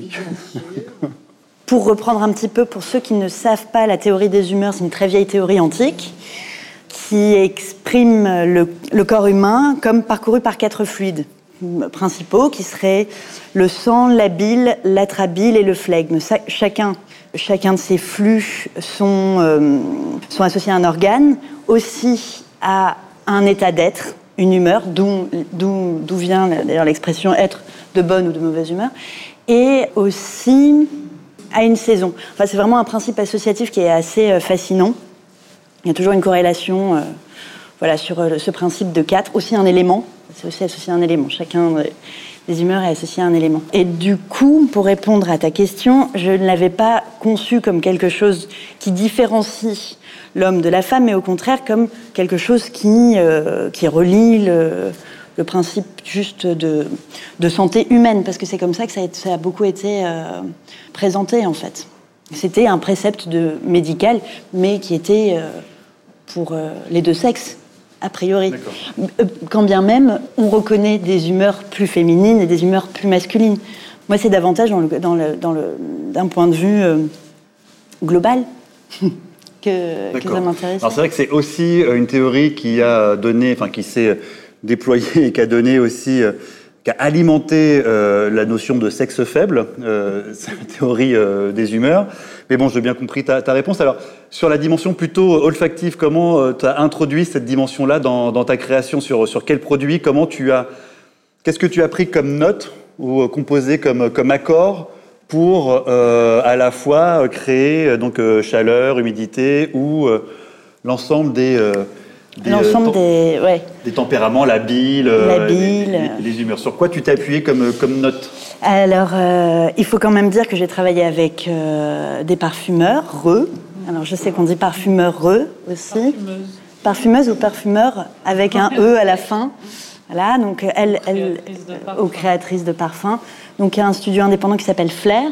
Pour reprendre un petit peu, pour ceux qui ne savent pas, la théorie des humeurs, c'est une très vieille théorie antique qui exprime le, le corps humain comme parcouru par quatre fluides principaux qui seraient le sang, la bile, l'atrabile et le flegme. Chacun, chacun de ces flux sont, euh, sont associés à un organe, aussi à un état d'être, une humeur, d'où, d'où, d'où vient d'ailleurs l'expression être de bonne ou de mauvaise humeur, et aussi à une saison. Enfin, c'est vraiment un principe associatif qui est assez euh, fascinant. Il y a toujours une corrélation euh, voilà, sur euh, ce principe de quatre. Aussi un élément, c'est aussi associé à un élément. Chacun des humeurs est associé à un élément. Et du coup, pour répondre à ta question, je ne l'avais pas conçu comme quelque chose qui différencie l'homme de la femme, mais au contraire comme quelque chose qui, euh, qui relie le, le principe juste de, de santé humaine, parce que c'est comme ça que ça a, ça a beaucoup été euh, présenté, en fait. C'était un précepte de, médical, mais qui était euh, pour euh, les deux sexes, a priori. D'accord. Quand bien même, on reconnaît des humeurs plus féminines et des humeurs plus masculines. Moi, c'est davantage dans le, dans le, dans le, d'un point de vue euh, global que, que ça m'intéresse. Alors c'est vrai que c'est aussi une théorie qui a donné, enfin qui s'est déployée et qui a donné aussi, euh, qui a alimenté euh, la notion de sexe faible, euh, c'est la théorie euh, des humeurs. Mais bon, j'ai bien compris ta, ta réponse. Alors, sur la dimension plutôt olfactive, comment euh, tu as introduit cette dimension-là dans, dans ta création, sur, sur quel produit, comment tu as, qu'est-ce que tu as pris comme note ou euh, composé comme, comme accord pour euh, à la fois créer euh, donc euh, chaleur, humidité ou euh, l'ensemble des euh, Des, L'ensemble euh, des, ouais. des tempéraments, la bile, la bile. Les, les, les humeurs. Sur quoi tu t'es appuyé comme, comme note ? Alors, euh, il faut quand même dire que j'ai travaillé avec euh, des parfumeurs, re. Alors, je sais qu'on dit parfumeur re aussi. Parfumeuse. Parfumeuse ou parfumeur avec un E à la fin. Voilà, donc elle, elle, aux créatrices de parfums. Donc, il y a un studio indépendant qui s'appelle Flair.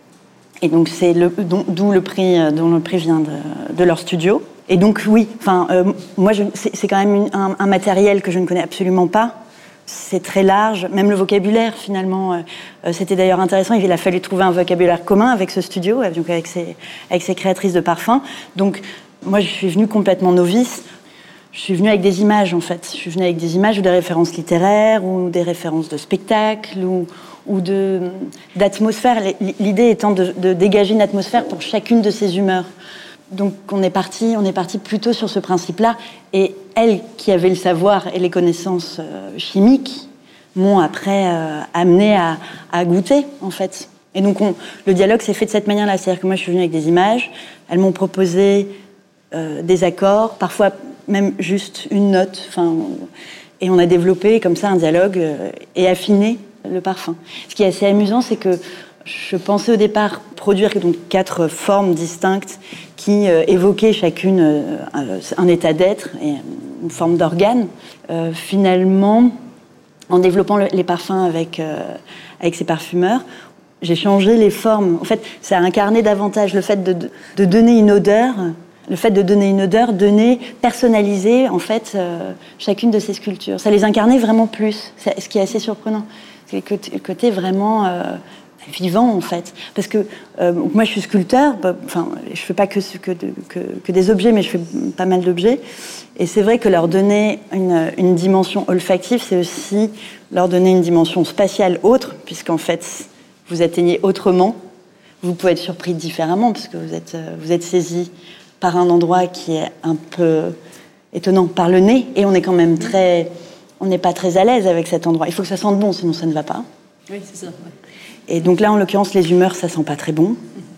Et donc, c'est le, d'où le prix, dont le prix vient de, de leur studio. Et donc, oui, enfin, euh, moi, je, c'est, c'est quand même une, un, un matériel que je ne connais absolument pas. C'est très large, même le vocabulaire, finalement. Euh, c'était d'ailleurs intéressant. Il a fallu trouver un vocabulaire commun avec ce studio, donc avec ses, avec ses créatrices de parfums. Donc, moi, je suis venue complètement novice. Je suis venue avec des images, en fait. Je suis venue avec des images ou des références littéraires ou des références de spectacles ou, ou de, d'atmosphère. L'idée étant de, de dégager une atmosphère pour chacune de ces humeurs. Donc on est parti, on est parti plutôt sur ce principe-là. Et elles, qui avaient le savoir et les connaissances euh, chimiques, m'ont après euh, amené à, à goûter, en fait. Et donc on, le dialogue s'est fait de cette manière-là. C'est-à-dire que moi, je suis venue avec des images. Elles m'ont proposé euh, des accords, parfois même juste une note. Enfin, et on a développé comme ça un dialogue euh, et affiné le parfum. Ce qui est assez amusant, c'est que je pensais au départ produire donc quatre formes distinctes qui euh, évoquaient chacune euh, un état d'être et une forme d'organe. Euh, finalement, en développant le, les parfums avec, euh, avec ces parfumeurs, j'ai changé les formes. En fait, ça a incarné davantage le fait de, de, de donner une odeur, le fait de donner une odeur, donner, personnaliser en fait euh, chacune de ces sculptures. Ça les incarnait vraiment plus, c'est, ce qui est assez surprenant. C'est le côté, le côté vraiment euh, vivant en fait, parce que euh, moi je suis sculpteur, bah, enfin je fais pas que, que, de, que, que des objets, mais je fais pas mal d'objets, et c'est vrai que leur donner une, une dimension olfactive, c'est aussi leur donner une dimension spatiale autre, puisqu'en fait vous atteignez autrement, vous pouvez être surpris différemment, parce que vous êtes, vous êtes saisi par un endroit qui est un peu étonnant par le nez, et on est quand même très, on n'est pas très à l'aise avec cet endroit. Il faut que ça sente bon, sinon ça ne va pas. Oui, c'est ça. Ouais. Et donc là, en l'occurrence, les humeurs, ça sent pas très bon.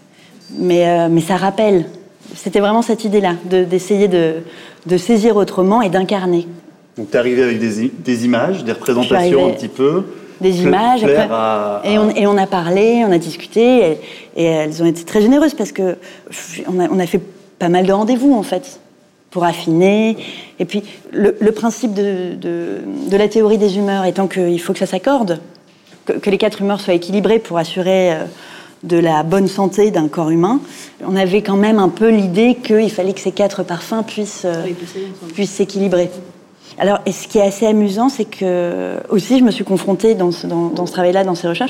Mais, euh, mais ça rappelle. C'était vraiment cette idée-là, de, d'essayer de, de saisir autrement et d'incarner. Donc tu es arrivé avec des, des images, des représentations un petit peu. Des images. Après, à, à... Et, on, et on a parlé, on a discuté. Et, et elles ont été très généreuses parce qu'on a, on a fait pas mal de rendez-vous, en fait, pour affiner. Et puis, le, le principe de, de, de la théorie des humeurs étant qu'il faut que ça s'accorde, que, que les quatre humeurs soient équilibrées pour assurer euh, de la bonne santé d'un corps humain, on avait quand même un peu l'idée qu'il fallait que ces quatre parfums puissent, euh, puissent s'équilibrer. Alors, et ce qui est assez amusant, c'est que, aussi, je me suis confrontée dans ce, dans, dans ce travail-là, dans ces recherches.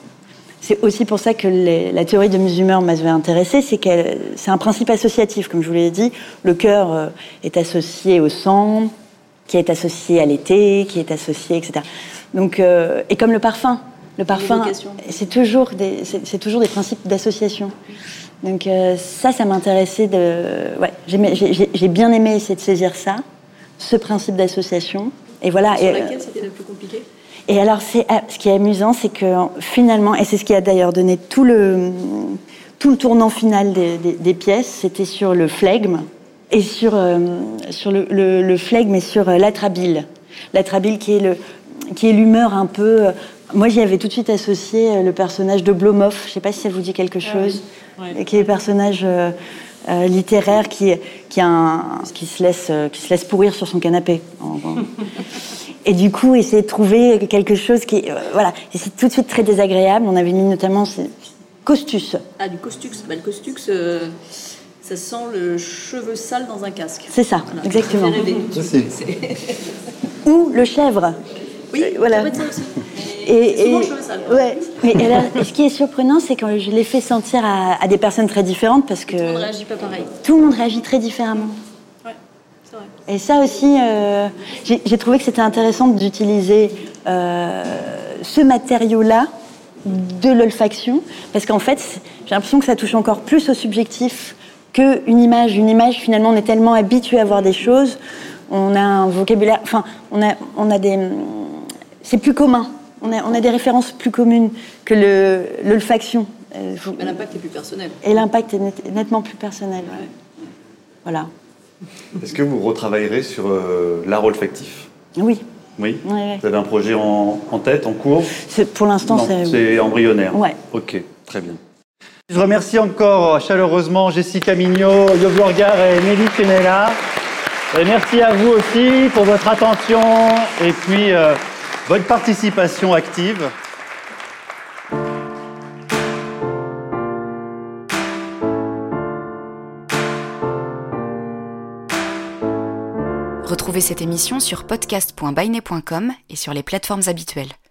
C'est aussi pour ça que les, la théorie de mes humeurs m'avait intéressée, c'est que c'est un principe associatif, comme je vous l'ai dit. Le cœur euh, est associé au sang, qui est associé à l'été, qui est associé, et cetera. Donc, euh, et comme le parfum, le parfum, c'est toujours des, c'est, c'est toujours des principes d'association. Donc euh, ça, ça m'intéressait de, ouais, j'ai, j'ai, j'ai bien aimé essayer de saisir ça, ce principe d'association. Et voilà. Sur et, laquelle c'était le plus compliqué ? Et alors, c'est, ce qui est amusant, c'est que finalement, et c'est ce qui a d'ailleurs donné tout le, tout le tournant final des, des, des pièces, c'était sur le flegme, et sur, euh, sur le, le, le flegme et sur euh, l'atrabile. L'atrabile qui est, le, qui est l'humeur un peu Moi, j'y avais tout de suite associé le personnage de Blomoff. Je ne sais pas si ça vous dit quelque chose. Ah oui. Ouais. Qui est le personnage euh, euh, littéraire qui, qui, a un, qui, se laisse, euh, qui se laisse pourrir sur son canapé. En, en... Et du coup, essayer de trouver quelque chose qui... Euh, voilà, et c'est tout de suite très désagréable. On avait mis notamment ces... Costus. Ah, du Costux. Bah, le Costux, euh, ça sent le cheveu sale dans un casque. C'est ça, voilà, exactement. Ça, c'est... Ou le chèvre. Oui, euh, voilà. ça peut être ça aussi. Et, souvent et, le cheveu sale. Ouais. Mais alors, ce qui est surprenant, c'est quand je l'ai fait sentir à, à des personnes très différentes, parce que Tout le monde réagit pas pareil. tout le monde réagit très différemment. Ouais, c'est vrai. Et ça aussi, euh, j'ai, j'ai trouvé que c'était intéressant d'utiliser euh, ce matériau-là de l'olfaction, parce qu'en fait, j'ai l'impression que ça touche encore plus au subjectif qu'une image. Une image, finalement, on est tellement habitué à voir des choses, on a un vocabulaire, enfin, on a, on a des... C'est plus commun, on a, on a des références plus communes que le, l'olfaction. Euh, vous, Mais l'impact est plus personnel. Et l'impact est net, nettement plus personnel. Ouais. Voilà. Est-ce que vous retravaillerez sur euh, l'art olfactif ? Oui. Oui. Ouais, ouais. Vous avez un projet en, en tête, en cours ? C'est, pour l'instant, non, c'est... c'est embryonnaire. Ouais. Ok, très bien. Je remercie encore chaleureusement Jessica Mignot, Yob Lorgar et Mélie Chenella. Et merci à vous aussi pour votre attention et puis euh, votre participation active. Retrouvez cette émission sur podcast point bainet point com et sur les plateformes habituelles.